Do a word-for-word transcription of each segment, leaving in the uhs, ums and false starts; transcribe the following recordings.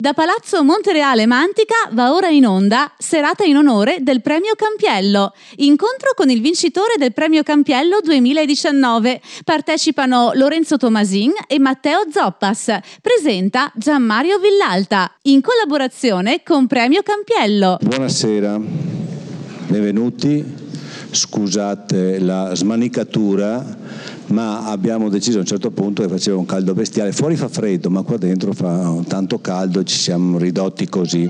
Da Palazzo Montereale Mantica va ora in onda serata in onore del Premio Campiello. Incontro con il vincitore del Premio Campiello duemiladiciannove. Partecipano Lorenzo Tomasin e Matteo Zoppas. Presenta Gianmario Villalta, in collaborazione con Premio Campiello. Buonasera, benvenuti. Scusate la smanicatura, ma abbiamo deciso a un certo punto che faceva un caldo bestiale. Fuori fa freddo, ma qua dentro fa tanto caldo e ci siamo ridotti così.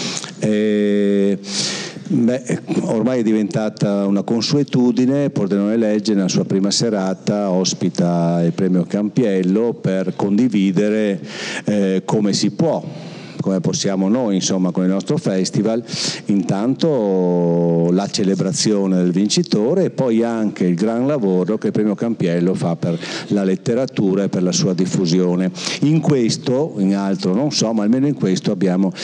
E, beh, ormai è diventata una consuetudine. Pordenone Legge nella sua prima serata ospita il Premio Campiello per condividere eh, come si può, come possiamo noi, insomma, con il nostro festival, intanto la celebrazione del vincitore e poi anche il gran lavoro che il Premio Campiello fa per la letteratura e per la sua diffusione. In questo, in altro non so, ma almeno in questo abbiamo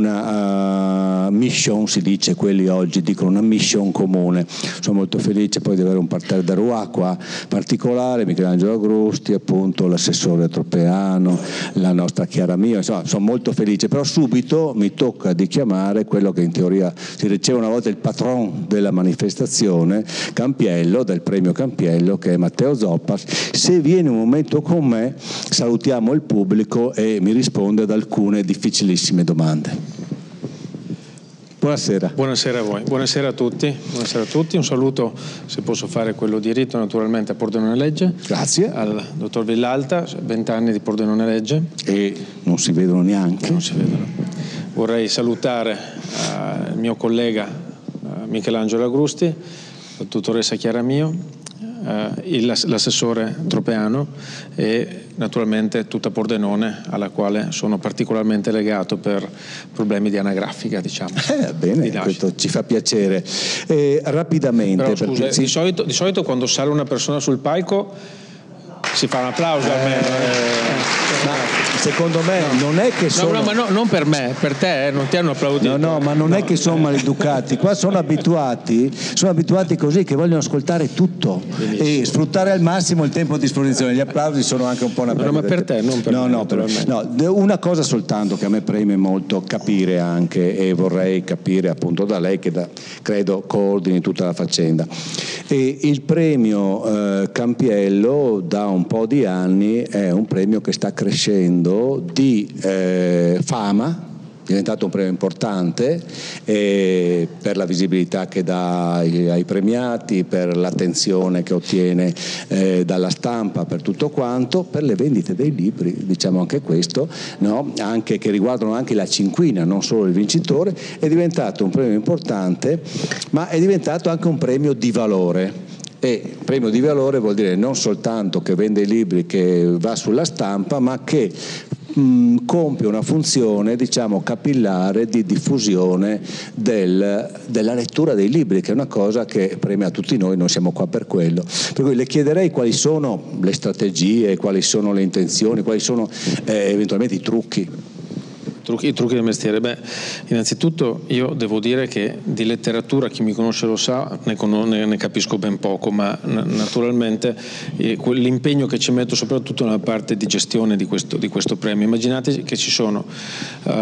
una uh, mission, si dice, quelli oggi dicono una mission comune. Sono molto felice poi di avere un parterre da Rouen qua particolare, Michelangelo Agrusti, appunto l'assessore Tropeano, la nostra Chiara Mio, insomma sono molto felice. Però subito mi tocca di chiamare quello che in teoria si diceva una volta il patron della manifestazione, Campiello, del Premio Campiello, che è Matteo Zoppas. Se viene un momento con me, salutiamo il pubblico e mi risponde ad alcune difficilissime domande. Buonasera. Buonasera a voi, buonasera a tutti, buonasera a tutti. Un saluto, se posso fare quello di rito, naturalmente a Pordenone Legge. Grazie. Al dottor Villalta, vent'anni di Pordenone Legge. E non si vedono neanche. Non si vedono. Vorrei salutare uh, il mio collega uh, Michelangelo Agrusti, la dottoressa Chiara Mio, Uh, l'assessore Tropeano e naturalmente tutta Pordenone, alla quale sono particolarmente legato per problemi di anagrafica, diciamo. Eh, bene, di questo ci fa piacere. Eh, rapidamente. Però, scusa, perché... di, solito, di solito quando sale una persona sul palco si fa un applauso eh, almeno. Eh, ma secondo me no. non è che sono... No, no, ma no, non per me, per te, eh, non ti hanno applaudito. No, no, ma non no. è che sono maleducati, qua sono abituati, sono abituati così, che vogliono ascoltare tutto. Benissimo. E sfruttare al massimo il tempo a disposizione. Gli applausi sono anche un po' una no, ma per te, non per no, me. No, per... no, una cosa soltanto che a me preme molto capire anche, e vorrei capire appunto da lei, che da, credo coordini tutta la faccenda. E il premio eh, Campiello da un po' di anni è un premio che sta crescendo di eh, fama, è diventato un premio importante eh, per la visibilità che dà ai, ai premiati, per l'attenzione che ottiene eh, dalla stampa, per tutto quanto, per le vendite dei libri, diciamo anche questo, no? Anche che riguardano anche la cinquina, non solo il vincitore. È diventato un premio importante, ma è diventato anche un premio di valore. E premio di valore vuol dire non soltanto che vende i libri, che va sulla stampa, ma che mh, compie una funzione, diciamo, capillare di diffusione del, della lettura dei libri, che è una cosa che premia a tutti noi, non siamo qua per quello. Per cui le chiederei quali sono le strategie, quali sono le intenzioni, quali sono eh, eventualmente i trucchi. I trucchi del mestiere. Beh, innanzitutto io devo dire che di letteratura, chi mi conosce lo sa, ne, con- ne capisco ben poco, ma n- naturalmente eh, l'impegno che ci metto soprattutto nella parte di gestione di questo, di questo premio. Immaginate che ci sono uh,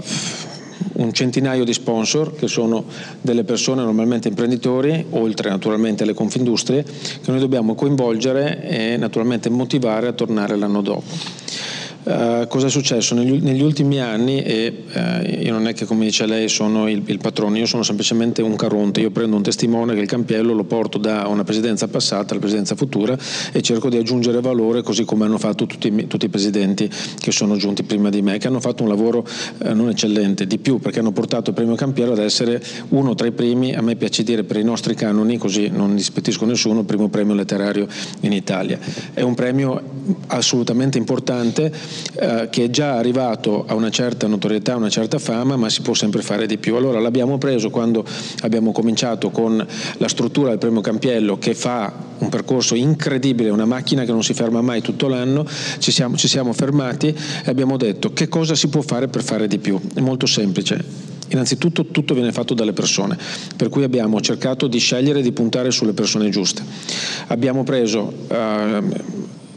un centinaio di sponsor, che sono delle persone normalmente imprenditori, oltre naturalmente alle Confindustrie, che noi dobbiamo coinvolgere e naturalmente motivare a tornare l'anno dopo. Uh, cosa è successo negli, negli ultimi anni? E uh, io non è che, come dice lei, sono il, il patrono, io sono semplicemente un caronte. Io prendo un testimone, che il Campiello, lo porto da una presidenza passata alla presidenza futura e cerco di aggiungere valore, così come hanno fatto tutti, tutti i presidenti che sono giunti prima di me, che hanno fatto un lavoro uh, non eccellente, di più, perché hanno portato il premio Campiello ad essere uno tra i primi, a me piace dire per i nostri canoni, così non dispettisco nessuno, il primo premio letterario in Italia. È un premio assolutamente importante, Eh, che è già arrivato a una certa notorietà, a una certa fama, ma si può sempre fare di più. Allora l'abbiamo preso quando abbiamo cominciato con la struttura del premio Campiello, che fa un percorso incredibile, una macchina che non si ferma mai tutto l'anno. Ci siamo, ci siamo fermati e abbiamo detto: che cosa si può fare per fare di più? È molto semplice. Innanzitutto tutto viene fatto dalle persone, per cui abbiamo cercato di scegliere e di puntare sulle persone giuste. Abbiamo preso uh,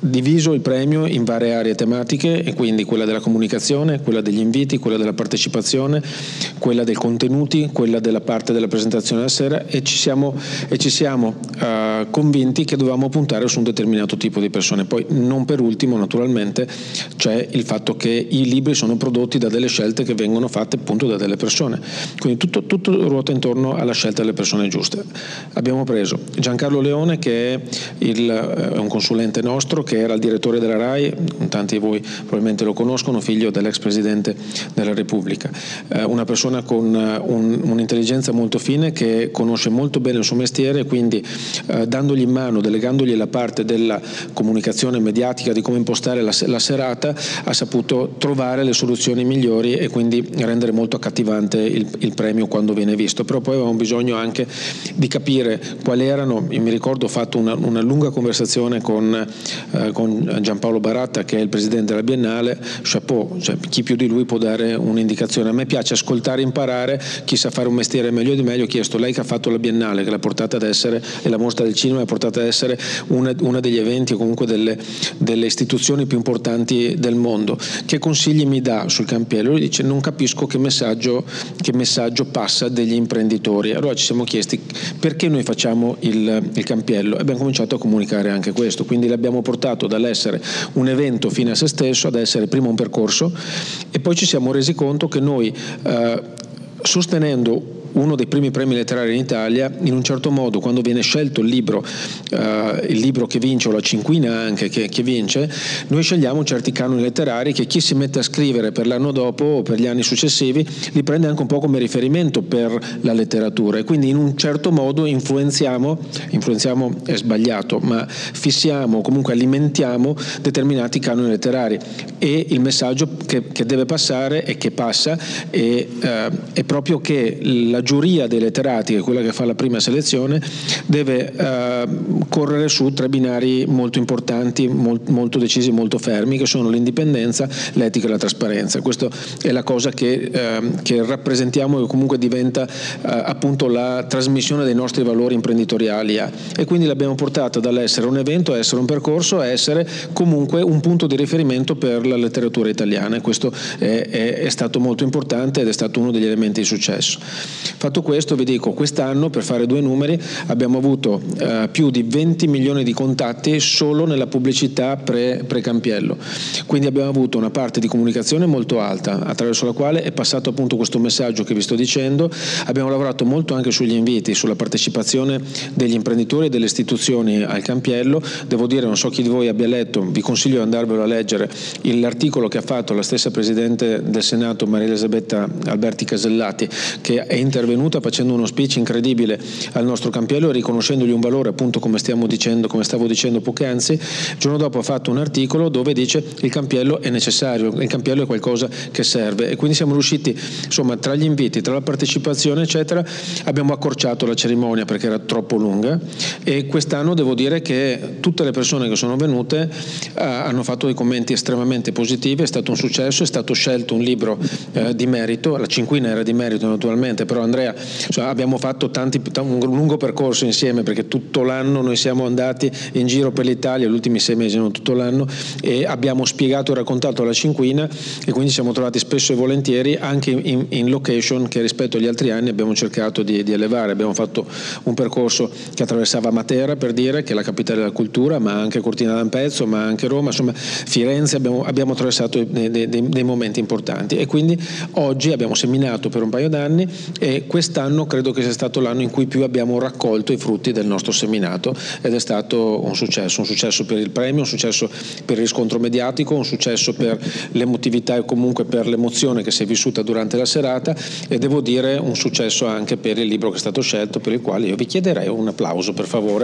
diviso il premio in varie aree tematiche, e quindi quella della comunicazione, quella degli inviti, quella della partecipazione, quella dei contenuti, quella della parte della presentazione della sera, e ci siamo, e ci siamo uh, convinti che dovevamo puntare su un determinato tipo di persone. Poi non per ultimo naturalmente c'è il fatto che i libri sono prodotti da delle scelte che vengono fatte appunto da delle persone, quindi tutto, tutto ruota intorno alla scelta delle persone giuste. Abbiamo preso Giancarlo Leone, che è, il, è un consulente nostro, che era il direttore della RAI, tanti di voi probabilmente lo conoscono, figlio dell'ex presidente della Repubblica, eh, una persona con un, un'intelligenza molto fine, che conosce molto bene il suo mestiere, quindi eh, dandogli in mano, delegandogli la parte della comunicazione mediatica, di come impostare la, la serata, ha saputo trovare le soluzioni migliori e quindi rendere molto accattivante il, il premio quando viene visto. Però poi avevamo bisogno anche di capire quali erano, io mi ricordo ho fatto una, una lunga conversazione con, eh, con Giampaolo Baratta, che è il presidente della Biennale, chapeau, cioè, chi più di lui può dare un'indicazione. A me piace ascoltare e imparare, chi sa fare un mestiere meglio di me. Gli ho chiesto: lei che ha fatto la Biennale, che l'ha portata ad essere, e la Mostra del Cinema l'ha portata ad essere una, una degli eventi o comunque delle, delle istituzioni più importanti del mondo, che consigli mi dà sul Campiello? Lui dice: non capisco che messaggio, che messaggio passa degli imprenditori. Allora ci siamo chiesti perché noi facciamo il, il Campiello, e abbiamo cominciato a comunicare anche questo, quindi l'abbiamo portato dall'essere un evento fine a se stesso ad essere prima un percorso, e poi ci siamo resi conto che noi eh, sostenendo uno dei primi premi letterari in Italia, in un certo modo, quando viene scelto il libro, uh, il libro che vince, o la cinquina anche che, che vince, noi scegliamo certi canoni letterari che chi si mette a scrivere per l'anno dopo o per gli anni successivi li prende anche un po' come riferimento per la letteratura, e quindi in un certo modo influenziamo, influenziamo è sbagliato, ma fissiamo, comunque alimentiamo determinati canoni letterari, e il messaggio che, che deve passare e che passa è, uh, è proprio che la giuria dei letterati, che è quella che fa la prima selezione, deve eh, correre su tre binari molto importanti, molt, molto decisi, molto fermi, che sono l'indipendenza, l'etica e la trasparenza. Questa è la cosa che, eh, che rappresentiamo, e comunque diventa eh, appunto la trasmissione dei nostri valori imprenditoriali a. E quindi l'abbiamo portata dall'essere un evento a essere un percorso, a essere comunque un punto di riferimento per la letteratura italiana, e questo è, è, è stato molto importante ed è stato uno degli elementi di successo. Fatto questo, vi dico, quest'anno, per fare due numeri, abbiamo avuto eh, più di venti milioni di contatti solo nella pubblicità pre, pre-Campiello, quindi abbiamo avuto una parte di comunicazione molto alta, attraverso la quale è passato appunto questo messaggio che vi sto dicendo. Abbiamo lavorato molto anche sugli inviti, sulla partecipazione degli imprenditori e delle istituzioni al Campiello. Devo dire, non so chi di voi abbia letto, vi consiglio di andarvelo a leggere, l'articolo che ha fatto la stessa Presidente del Senato Maria Elisabetta Alberti Casellati, che è intervenuta facendo uno speech incredibile al nostro Campiello e riconoscendogli un valore, appunto come stiamo dicendo, come stavo dicendo poc'anzi. Il giorno dopo ha fatto un articolo dove dice: il Campiello è necessario, il Campiello è qualcosa che serve, e quindi siamo riusciti, insomma, tra gli inviti, tra la partecipazione eccetera, abbiamo accorciato la cerimonia perché era troppo lunga, e quest'anno devo dire che tutte le persone che sono venute eh, hanno fatto dei commenti estremamente positivi. È stato un successo, è stato scelto un libro eh, di merito, la cinquina era di merito naturalmente, però Andrea, insomma, abbiamo fatto tanti, un lungo percorso insieme, perché tutto l'anno noi siamo andati in giro per l'Italia, gli ultimi sei mesi, non tutto l'anno, e abbiamo spiegato e raccontato la cinquina, e quindi siamo trovati spesso e volentieri anche in, in location che rispetto agli altri anni abbiamo cercato di, di elevare. Abbiamo fatto un percorso che attraversava Matera, per dire, che è la capitale della cultura, ma anche Cortina d'Ampezzo, ma anche Roma, insomma Firenze. Abbiamo, abbiamo attraversato dei, dei, dei momenti importanti, e quindi oggi abbiamo seminato per un paio d'anni, e quest'anno credo che sia stato l'anno in cui più abbiamo raccolto i frutti del nostro seminato, ed è stato un successo, un successo per il premio, un successo per il riscontro mediatico, un successo per l'emotività e comunque per l'emozione che si è vissuta durante la serata, e devo dire un successo anche per il libro che è stato scelto, per il quale io vi chiederei un applauso, per favore.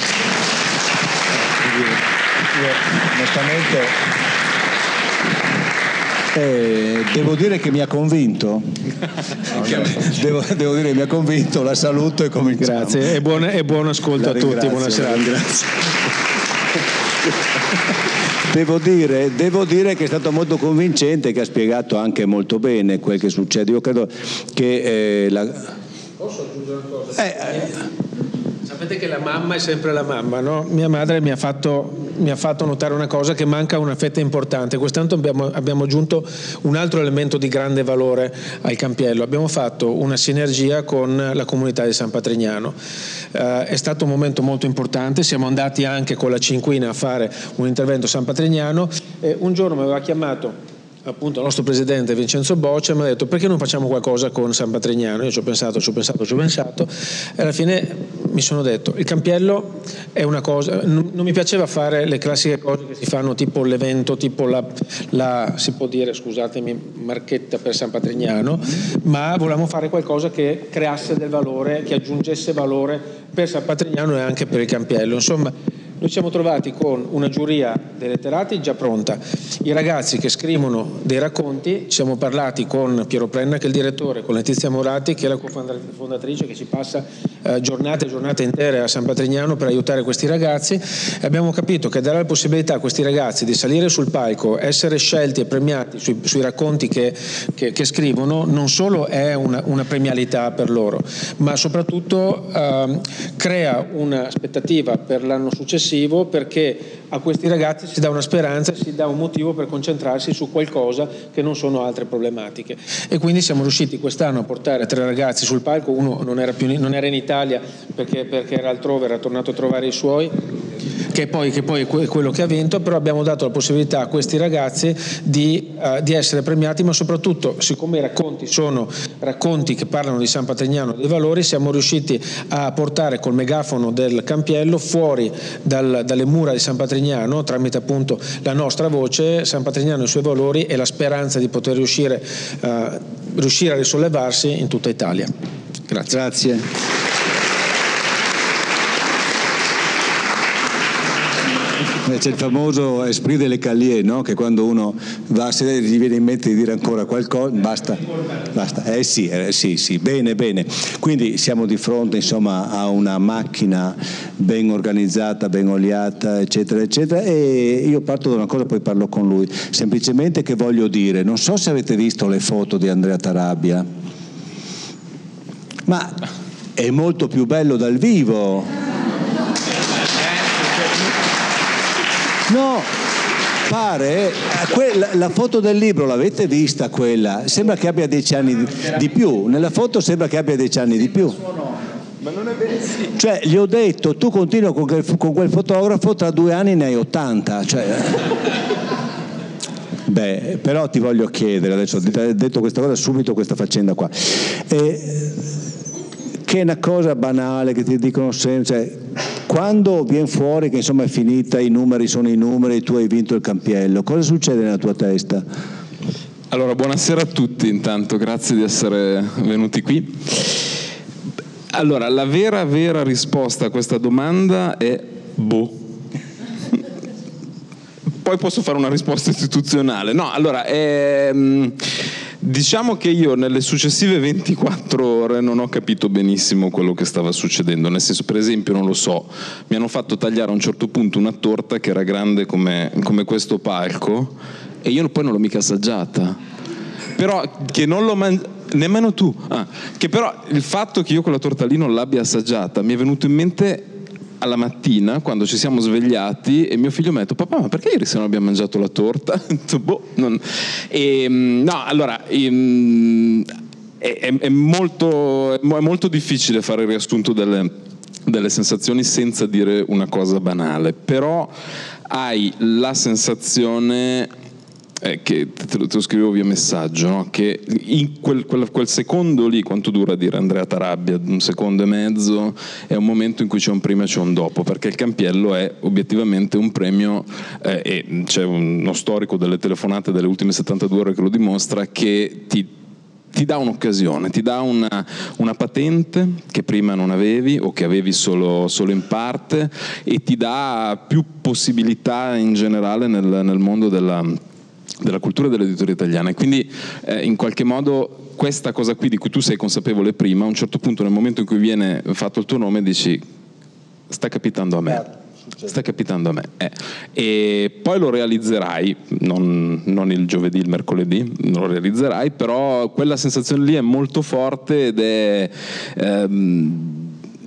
Io, onestamente, Eh, devo dire che mi ha convinto. devo, devo dire che mi ha convinto, la saluto e cominciamo. Grazie, e buon, e buon ascolto a tutti, buonasera. Grazie. Devo dire, devo dire che è stato molto convincente, che ha spiegato anche molto bene quel che succede. Io credo che eh, la... Posso aggiungere una cosa? Eh, eh. Sapete che la mamma è sempre la mamma, no? Mia madre mi ha fatto, mi ha fatto notare una cosa, che manca una fetta importante. Quest'anno abbiamo, abbiamo aggiunto un altro elemento di grande valore al Campiello. Abbiamo fatto una sinergia con la comunità di San Patrignano. Eh, è stato un momento molto importante, siamo andati anche con la Cinquina a fare un intervento a San Patrignano e un giorno mi aveva chiamato appunto il nostro presidente Vincenzo Boccia e mi ha detto: perché non facciamo qualcosa con San Patrignano? Io ci ho pensato, ci ho pensato, ci ho pensato e alla fine mi sono detto: il Campiello è una cosa, non, non mi piaceva fare le classiche cose che si fanno, tipo l'evento, tipo la, la si può dire, scusatemi, marchetta per San Patrignano, ma volevamo fare qualcosa che creasse del valore, che aggiungesse valore per San Patrignano e anche per il Campiello. Insomma, noi ci siamo trovati con una giuria dei letterati già pronta, i ragazzi che scrivono dei racconti, ci siamo parlati con Piero Prenna che è il direttore, con Letizia Moratti che è la cofondatrice, che ci passa eh, giornate e giornate intere a San Patrignano per aiutare questi ragazzi, e abbiamo capito che dare la possibilità a questi ragazzi di salire sul palco, essere scelti e premiati sui, sui racconti che, che, che scrivono, non solo è una, una premialità per loro, ma soprattutto eh, crea un'aspettativa per l'anno successivo, perché a questi ragazzi si dà una speranza, si dà un motivo per concentrarsi su qualcosa che non sono altre problematiche. E quindi siamo riusciti quest'anno a portare tre ragazzi sul palco, uno non era, più, non era in Italia perché, perché era altrove, era tornato a trovare i suoi, che poi, che poi è quello che ha vinto, però abbiamo dato la possibilità a questi ragazzi di, uh, di essere premiati, ma soprattutto, siccome i racconti sono racconti che parlano di San Patrignano e dei valori, siamo riusciti a portare col megafono del Campiello fuori dal, dalle mura di San Patrignano, tramite appunto la nostra voce, San Patrignano e i suoi valori e la speranza di poter riuscire, uh, riuscire a risollevarsi in tutta Italia. Grazie. Grazie. C'è il famoso esprit de l'Ecalier, no? Che quando uno va a sedere gli viene in mente di dire ancora qualcosa, basta, basta. Eh sì, eh sì, sì, bene, bene. Quindi siamo di fronte, insomma, a una macchina ben organizzata, ben oliata, eccetera, eccetera. E io parto da una cosa, poi parlo con lui. Semplicemente che voglio dire, non so se avete visto le foto di Andrea Tarabia, ma è molto più bello dal vivo. No, pare, quella, la foto del libro l'avete vista quella? Sembra che abbia dieci anni di, di più, nella foto sembra che abbia dieci anni di più. Ma non è verissimo. Cioè, gli ho detto, tu continua con quel, con quel fotografo, tra due anni ne hai ottanta. Cioè. Beh, però ti voglio chiedere, adesso ho detto questa cosa, subito questa faccenda qua. Eh, che è una cosa banale che ti dicono sempre, cioè, quando viene fuori che insomma è finita, i numeri sono i numeri, tu hai vinto il Campiello, cosa succede nella tua testa? Allora, buonasera a tutti, intanto grazie di essere venuti qui. Allora, la vera vera risposta a questa domanda è boh. Poi posso fare una risposta istituzionale. No, allora, ehm, diciamo che io nelle successive ventiquattro ore non ho capito benissimo quello che stava succedendo, nel senso, per esempio, non lo so, mi hanno fatto tagliare a un certo punto una torta che era grande come, come questo palco e io poi non l'ho mica assaggiata, però che non l'ho mangiata, nemmeno tu, ah, che però il fatto che io quella torta lì non l'abbia assaggiata mi è venuto in mente alla mattina quando ci siamo svegliati e mio figlio mi ha detto: papà, ma perché ieri sera non abbiamo mangiato la torta? boh, non... e, no, allora è, è, è, molto, è molto difficile fare il riassunto delle, delle sensazioni senza dire una cosa banale, però hai la sensazione Eh, che te lo, te lo scrivevo via messaggio, no? Che in quel, quel, quel secondo lì, quanto dura a dire Andrea Tarabia, un secondo e mezzo, è un momento in cui c'è un prima e c'è un dopo, perché il Campiello è obiettivamente un premio, eh, e c'è uno storico delle telefonate delle ultime settantadue ore che lo dimostra, che ti ti dà un'occasione, ti dà una, una patente che prima non avevi o che avevi solo, solo in parte, e ti dà più possibilità in generale nel, nel mondo della della cultura dell'editoria italiana, e quindi eh, in qualche modo questa cosa qui di cui tu sei consapevole prima, a un certo punto nel momento in cui viene fatto il tuo nome dici: sta capitando a me, sta capitando a me eh. E poi lo realizzerai, non, non il giovedì, il mercoledì lo realizzerai, però quella sensazione lì è molto forte ed è ehm,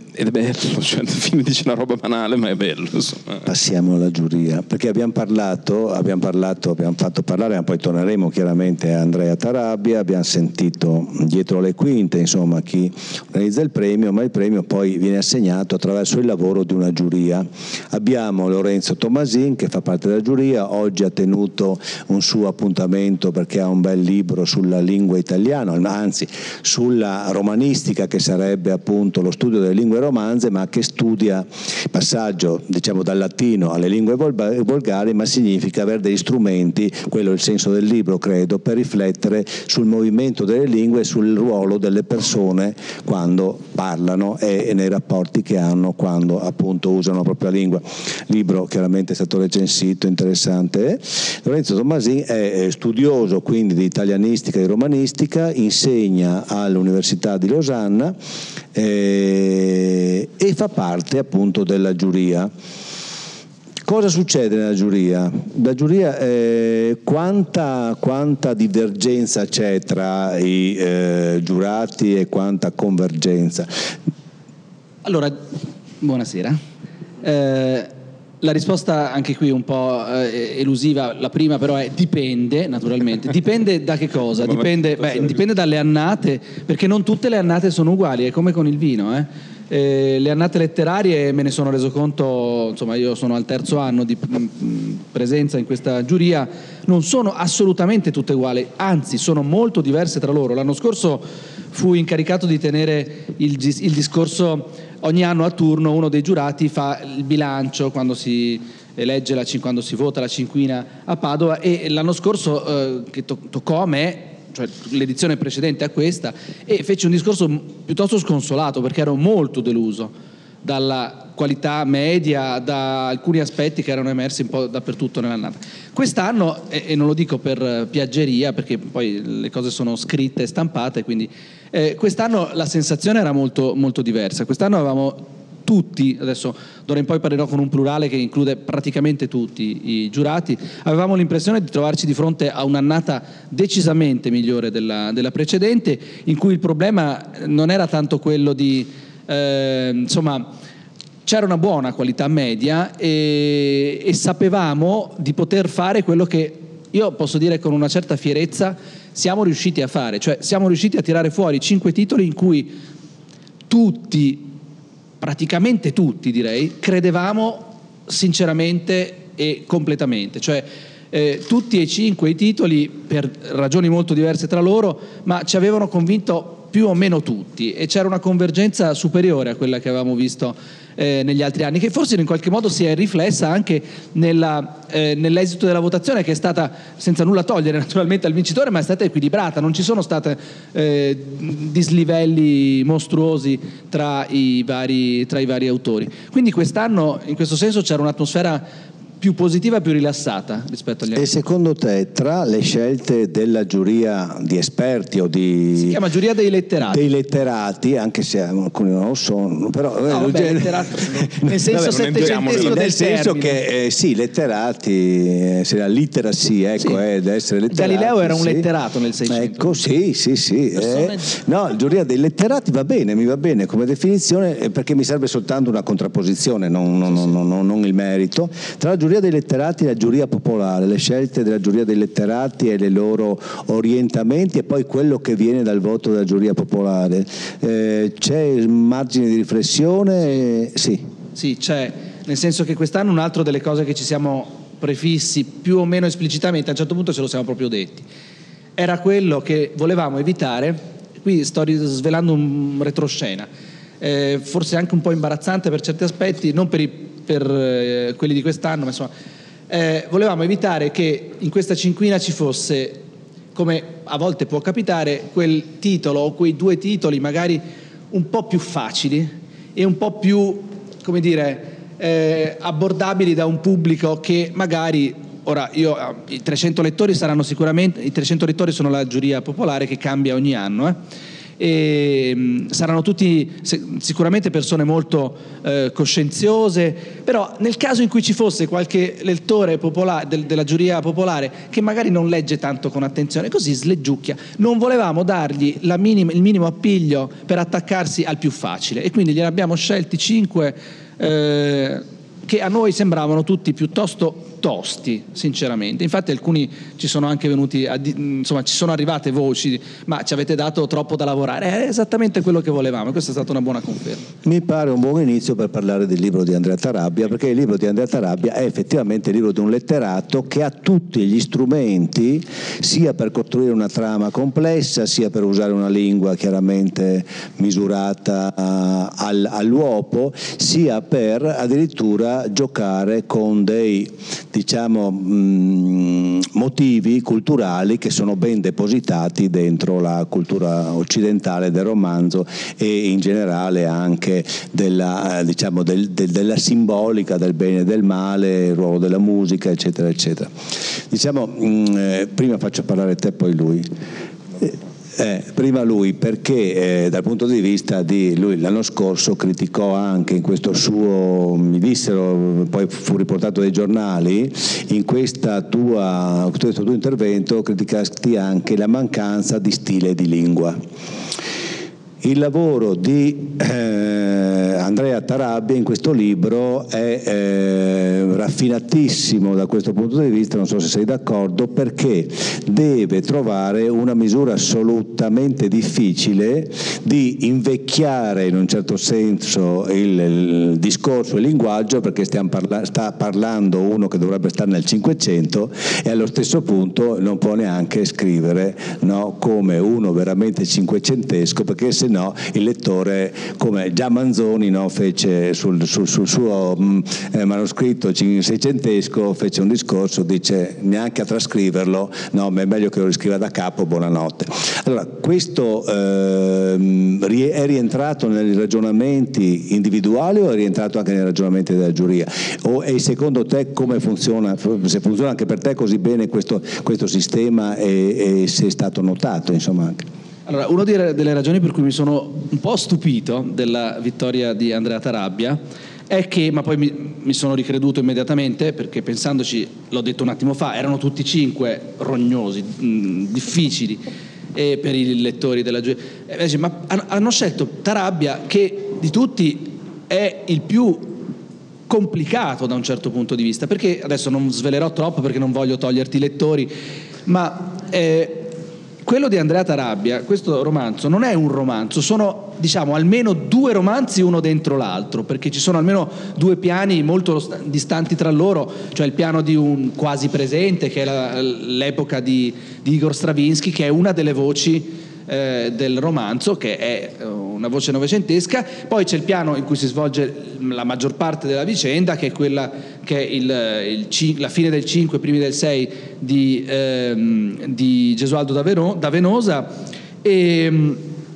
ed è bello, cioè alla fine dice una roba banale ma è bello, insomma. Passiamo alla giuria, perché abbiamo parlato, abbiamo parlato, abbiamo fatto parlare, ma poi torneremo chiaramente a Andrea Tarabia, abbiamo sentito dietro le quinte, insomma, chi organizza il premio, ma il premio poi viene assegnato attraverso il lavoro di una giuria. Abbiamo Lorenzo Tomasin che fa parte della giuria, oggi ha tenuto un suo appuntamento perché ha un bel libro sulla lingua italiana, anzi sulla romanistica, che sarebbe appunto lo studio delle lingue romanze, ma che studia il passaggio, diciamo, dal latino alle lingue volgari, ma significa avere degli strumenti, quello è il senso del libro, credo, per riflettere sul movimento delle lingue e sul ruolo delle persone quando parlano e nei rapporti che hanno quando appunto usano la propria lingua. Il libro chiaramente è stato recensito, interessante. Lorenzo Tomasin è studioso quindi di italianistica e di romanistica, insegna all'Università di Losanna eh, e fa parte appunto della giuria. Cosa succede nella giuria? La giuria eh, quanta, quanta divergenza c'è tra i eh, giurati e quanta convergenza? Allora, buonasera. Eh, la risposta anche qui un po' eh, elusiva, la prima però è dipende, naturalmente. Dipende da che cosa? Dipende, beh, dipende dalle annate, perché non tutte le annate sono uguali, è come con il vino, eh. Eh, le annate letterarie me ne sono reso conto, insomma io sono al terzo anno di mh, presenza in questa giuria, non sono assolutamente tutte uguali, anzi sono molto diverse tra loro. L'anno scorso fui incaricato di tenere il, il discorso, ogni anno a turno uno dei giurati fa il bilancio quando si elegge la, quando si vota la cinquina a Padova, e l'anno scorso eh, che to- toccò a me, cioè l'edizione precedente a questa, e feci un discorso piuttosto sconsolato perché ero molto deluso dalla qualità media, da alcuni aspetti che erano emersi un po' dappertutto nell'annata. Quest'anno, e, e non lo dico per piaggeria perché poi le cose sono scritte e stampate, quindi eh, quest'anno la sensazione era molto, molto diversa. Quest'anno avevamo tutti, adesso d'ora in poi parlerò con un plurale che include praticamente tutti i giurati, avevamo l'impressione di trovarci di fronte a un'annata decisamente migliore della, della precedente, in cui il problema non era tanto quello di, eh, insomma, c'era una buona qualità media e, e sapevamo di poter fare quello che io posso dire con una certa fierezza siamo riusciti a fare, cioè siamo riusciti a tirare fuori cinque titoli in cui tutti, praticamente tutti direi, credevamo sinceramente e completamente, cioè eh, tutti e cinque i titoli, per ragioni molto diverse tra loro, ma ci avevano convinto più o meno tutti, e c'era una convergenza superiore a quella che avevamo visto eh, negli altri anni, che forse in qualche modo si è riflessa anche nella, eh, nell'esito della votazione, che è stata, senza nulla togliere naturalmente al vincitore, ma è stata equilibrata, non ci sono state eh, dislivelli mostruosi tra i vari, tra i vari autori. Quindi quest'anno in questo senso c'era un'atmosfera più positiva e più rilassata rispetto agli altri. E secondo te, tra le scelte della giuria di esperti o di... Si chiama giuria dei letterati. Dei letterati, anche se alcuni non lo sono, però... No, vabbè, letterato, nel senso settecentesco del nel senso termine. che eh, sì, letterati, eh, se la literacy, ecco, sì. è da essere letterati. Galileo era un sì. letterato nel Seicento. Ecco, sì, sì, sì. Eh. No, giuria dei letterati va bene, mi va bene come definizione, eh, perché mi serve soltanto una contrapposizione, non, non, sì, non, non, non il merito. Tra la giuria dei letterati e la giuria popolare, le scelte della giuria dei letterati e i loro orientamenti, e poi quello che viene dal voto della giuria popolare, eh, c'è margine di riflessione? Sì. Sì, c'è, nel senso che quest'anno un'altra delle cose che ci siamo prefissi più o meno esplicitamente, a un certo punto ce lo siamo proprio detti, era quello che volevamo evitare. Qui sto svelando un retroscena, eh, forse anche un po' imbarazzante per certi aspetti, non per, i, per eh, quelli di quest'anno, ma insomma eh, volevamo evitare che in questa cinquina ci fosse, come a volte può capitare, quel titolo o quei due titoli magari un po' più facili e un po' più, come dire, eh, abbordabili da un pubblico che magari, ora io, i trecento lettori saranno sicuramente, i trecento lettori sono la giuria popolare che cambia ogni anno, eh? e mh, saranno tutti se, sicuramente persone molto eh, coscienziose, però nel caso in cui ci fosse qualche lettore popolare, del, della giuria popolare che magari non legge tanto con attenzione, così sleggiucchia, non volevamo dargli la minima, il minimo appiglio per attaccarsi al più facile, e quindi gliene abbiamo scelti cinque eh, che a noi sembravano tutti piuttosto tosti, sinceramente. Infatti alcuni ci sono anche venuti a di- insomma ci sono arrivate voci, ma ci avete dato troppo da lavorare. È esattamente quello che volevamo, questa è stata una buona conferma. Mi pare un buon inizio per parlare del libro di Andrea Tarabia, perché il libro di Andrea Tarabia è effettivamente il libro di un letterato che ha tutti gli strumenti sia per costruire una trama complessa, sia per usare una lingua chiaramente misurata uh, al, all'uopo, sia per addirittura giocare con dei diciamo mh, motivi culturali che sono ben depositati dentro la cultura occidentale del romanzo e in generale anche della, diciamo, del, del, della simbolica del bene e del male, il ruolo della musica, eccetera, eccetera. Diciamo, mh, prima faccio parlare te, poi lui. Eh, prima lui, perché eh, dal punto di vista di lui l'anno scorso criticò anche in questo suo, mi dissero, poi fu riportato dai giornali, in questa tua, questo tuo intervento criticasti anche la mancanza di stile e di lingua. Il lavoro di eh, Andrea Tarabia in questo libro è eh, raffinatissimo da questo punto di vista, non so se sei d'accordo, perché deve trovare una misura assolutamente difficile di invecchiare in un certo senso il, il discorso e il linguaggio, perché stiamo parla- sta parlando uno che dovrebbe stare nel Cinquecento e allo stesso punto non può neanche scrivere, no, come uno veramente cinquecentesco, perché se no il lettore, come già Manzoni, no, fece sul, sul, sul suo mh, eh, manoscritto seicentesco, fece un discorso, dice neanche a trascriverlo, no, ma è meglio che lo riscriva da capo, buonanotte. Allora, questo eh, è rientrato nei ragionamenti individuali o è rientrato anche nei ragionamenti della giuria? O, e secondo te come funziona, se funziona anche per te così bene questo, questo sistema e, e se è stato notato, insomma, anche? Allora, una delle ragioni per cui mi sono un po' stupito della vittoria di Andrea Tarabia è che, ma poi mi, mi sono ricreduto immediatamente, perché pensandoci, l'ho detto un attimo fa, erano tutti cinque rognosi, mh, difficili eh, per i lettori della giuria, eh, ma hanno scelto Tarabia, che di tutti è il più complicato da un certo punto di vista, perché adesso non svelerò troppo perché non voglio toglierti i lettori, ma eh, quello di Andrea Tarabia, questo romanzo, non è un romanzo, sono diciamo almeno due romanzi uno dentro l'altro, perché ci sono almeno due piani molto distanti tra loro, cioè il piano di un quasi presente, che è la, l'epoca di, di Igor Stravinsky, che è una delle voci eh, del romanzo, che è una voce novecentesca, poi c'è il piano in cui si svolge la maggior parte della vicenda, che è quella che è il, il, la fine del cinque, primi del sei di, ehm, di Gesualdo da, Vero, da Venosa, e,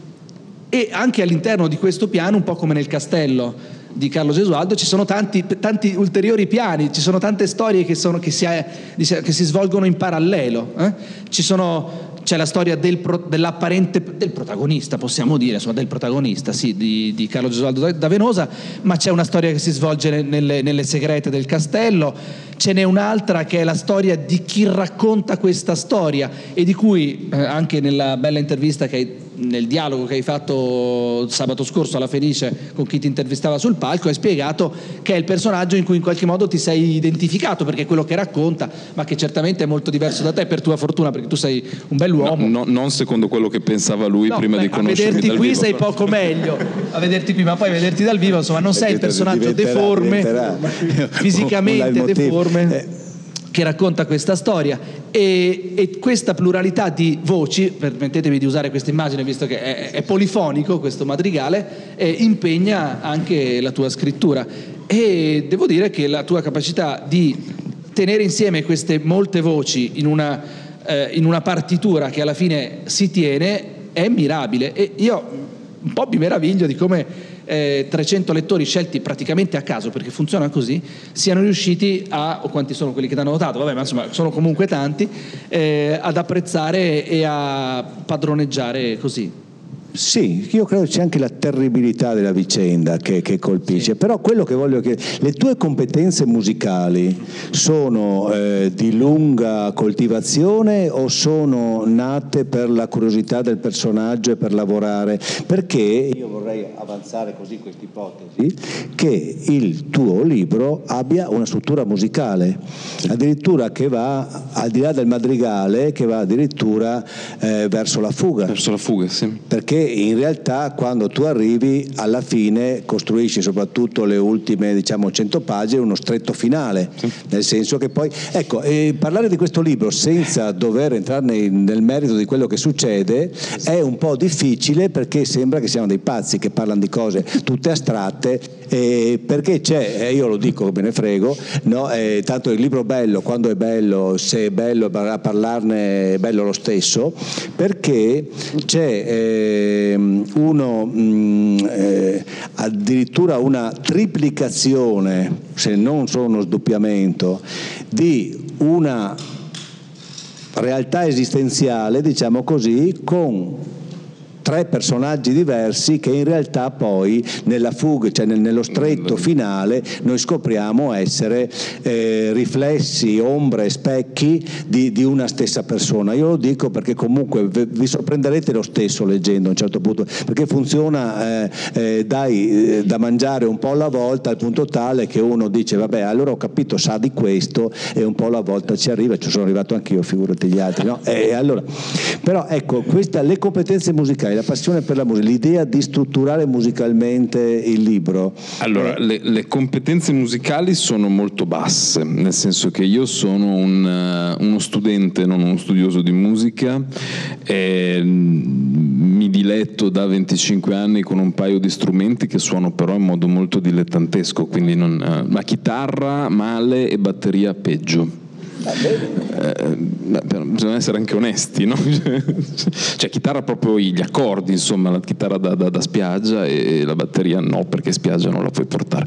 e anche all'interno di questo piano, un po' come nel Castello di Carlo Gesualdo, ci sono tanti, tanti ulteriori piani, ci sono tante storie che, sono, che, si, che si svolgono in parallelo, eh? Ci sono, c'è la storia del, pro, dell'apparente del protagonista, possiamo dire, insomma, del protagonista, sì, di, di Carlo Gesualdo da Venosa, ma c'è una storia che si svolge nelle, nelle segrete del castello, ce n'è un'altra che è la storia di chi racconta questa storia e di cui eh, anche nella bella intervista che hai, nel dialogo che hai fatto sabato scorso alla Fenice con chi ti intervistava sul palco, hai spiegato che è il personaggio in cui in qualche modo ti sei identificato, perché è quello che racconta, ma che certamente è molto diverso da te, per tua fortuna, perché tu sei un bell'uomo. No, no, non secondo quello che pensava lui no, prima beh, di conoscermi a vederti dal qui vivo. Sei poco meglio a vederti qui, ma poi vederti dal vivo, insomma, non sei il personaggio diventerà, deforme diventerà. fisicamente deforme che racconta questa storia, e, e questa pluralità di voci, permettetemi di usare questa immagine visto che è, è polifonico questo madrigale, eh, impegna anche la tua scrittura, e devo dire che la tua capacità di tenere insieme queste molte voci in una, eh, in una partitura che alla fine si tiene è mirabile, e io un po' mi meraviglio di come Eh, trecento lettori scelti praticamente a caso, perché funziona così, siano riusciti a, o quanti sono quelli che ti hanno votato, vabbè, ma insomma sono comunque tanti, eh, ad apprezzare e a padroneggiare così. Sì, io credo c'è anche la terribilità della vicenda che, che colpisce, sì. Però quello che voglio chiedere, le tue competenze musicali sono eh, di lunga coltivazione o sono nate per la curiosità del personaggio e per lavorare? Perché io vorrei avanzare così questa ipotesi, che il tuo libro abbia una struttura musicale, addirittura che va al di là del madrigale, che va addirittura eh, verso la fuga. Verso la fuga, sì. Perché in realtà quando tu arrivi alla fine costruisci soprattutto le ultime diciamo cento pagine uno stretto finale, sì. Nel senso che poi ecco eh, parlare di questo libro senza dover entrare nei, nel merito di quello che succede è un po' difficile, perché sembra che siano dei pazzi che parlano di cose tutte astratte, eh, perché c'è, eh, io lo dico, me ne frego, no? eh, tanto il libro bello quando è bello, se è bello a parlarne è bello lo stesso, perché c'è eh, uno mh, eh, addirittura una triplicazione, se non solo uno sdoppiamento di una realtà esistenziale, diciamo così, con tre personaggi diversi che in realtà poi nella fuga, cioè nel, nello stretto finale, noi scopriamo essere eh, riflessi, ombre, specchi di, di una stessa persona. Io lo dico perché comunque vi sorprenderete lo stesso leggendo a un certo punto, perché funziona eh, eh, dai, eh, da mangiare un po' alla volta, al punto tale che uno dice vabbè, allora ho capito, sa di questo, e un po' alla volta ci arriva, ci sono arrivato anch'io, figurati gli altri, no? E allora, però ecco, questa, le competenze musicali, la passione per la musica, l'idea di strutturare musicalmente il libro. Allora, eh. le, le competenze musicali sono molto basse, nel senso che io sono un, uh, uno studente, non uno studioso di musica, e mi diletto da venticinque anni con un paio di strumenti che suono però in modo molto dilettantesco, quindi non, uh, la chitarra male e batteria peggio. Eh, bisogna essere anche onesti, no? Cioè chitarra proprio gli accordi, insomma, la chitarra da, da, da spiaggia, e la batteria no, perché spiaggia non la puoi portare.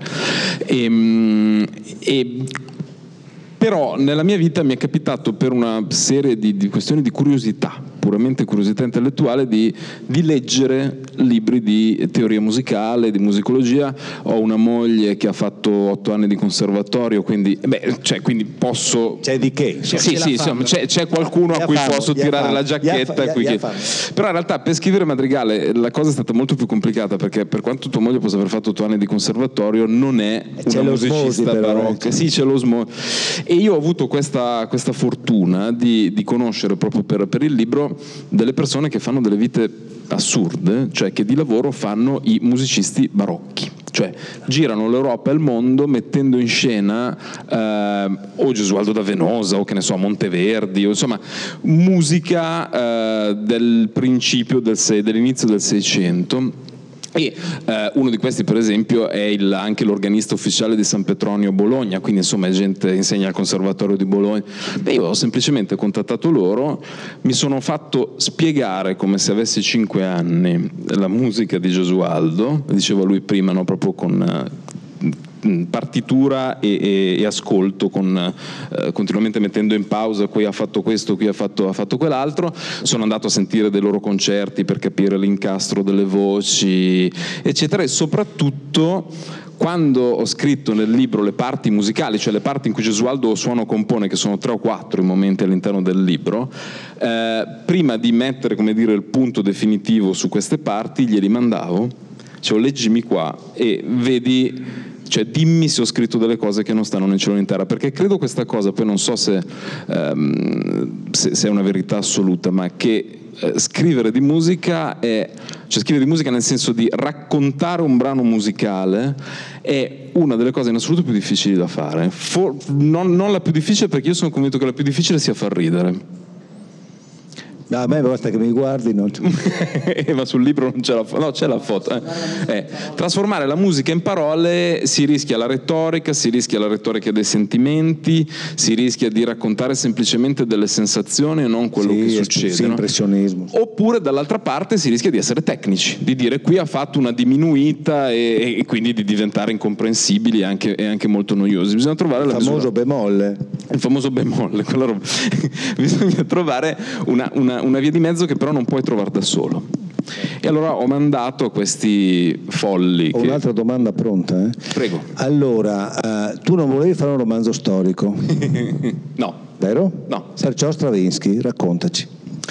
E, e però nella mia vita mi è capitato, per una serie di, di questioni di curiosità, puramente curiosità intellettuale, di, di leggere libri di teoria musicale, di musicologia. Ho una moglie che ha fatto otto anni di conservatorio, quindi, beh, cioè, quindi posso... C'è di che? Sì, sì, sì, insomma, c'è, c'è qualcuno a cui famo, posso tirare famo, la giacchetta. Ya, qui ya, che... ya Però in realtà per scrivere madrigale la cosa è stata molto più complicata, perché per quanto tua moglie possa aver fatto otto anni di conservatorio, non è c'è una musicista barocca. Sì, c'è l'osmosi. E io ho avuto questa, questa fortuna di, di conoscere proprio per, per il libro delle persone che fanno delle vite assurde, cioè che di lavoro fanno i musicisti barocchi, cioè girano l'Europa e il mondo mettendo in scena eh, o Gesualdo da Venosa o che ne so Monteverdi, o insomma musica eh, del principio del sei, dell'inizio del Seicento. E eh, uno di questi, per esempio, è il, anche l'organista ufficiale di San Petronio Bologna, quindi insomma è gente, insegna al Conservatorio di Bologna. E io ho semplicemente contattato loro, mi sono fatto spiegare come se avessi cinque anni la musica di Gesualdo, diceva lui prima, no, proprio con partitura e, e, e ascolto, con, eh, continuamente mettendo in pausa, qui ha fatto questo, qui ha fatto, ha fatto quell'altro. Sono andato a sentire dei loro concerti per capire l'incastro delle voci, eccetera, e soprattutto quando ho scritto nel libro le parti musicali, cioè le parti in cui Gesualdo suona o compone, che sono tre o quattro i momenti all'interno del libro, eh, prima di mettere, come dire, il punto definitivo su queste parti, glieli mandavo, cioè leggimi qua e vedi, cioè dimmi se ho scritto delle cose che non stanno nel cielo in terra, perché credo questa cosa, poi non so se, um, se, se è una verità assoluta, ma che eh, scrivere di musica è, cioè scrivere di musica nel senso di raccontare un brano musicale è una delle cose in assoluto più difficili da fare. For, non, non la più difficile, perché io sono convinto che la più difficile sia far ridere. No, a me basta che mi guardi, non ma sul libro non c'è la foto, no, c'è la foto. Eh. Eh, trasformare la musica in parole, si rischia la retorica, si rischia la retorica dei sentimenti, si rischia di raccontare semplicemente delle sensazioni e non quello sì, che succede. Sì, no? impressionismo. Oppure dall'altra parte si rischia di essere tecnici, di dire qui ha fatto una diminuita e, e quindi di diventare incomprensibili e anche, e anche molto noiosi. Bisogna trovare il la famoso misura. bemolle. Il famoso bemolle, quella roba. Bisogna trovare una, una una via di mezzo che però non puoi trovare da solo. E allora ho mandato a questi folli. Ho che... un'altra domanda pronta, eh? Prego. Allora, eh, tu non volevi fare un romanzo storico? No. Vero? No. Perciò Stravinsky, raccontaci.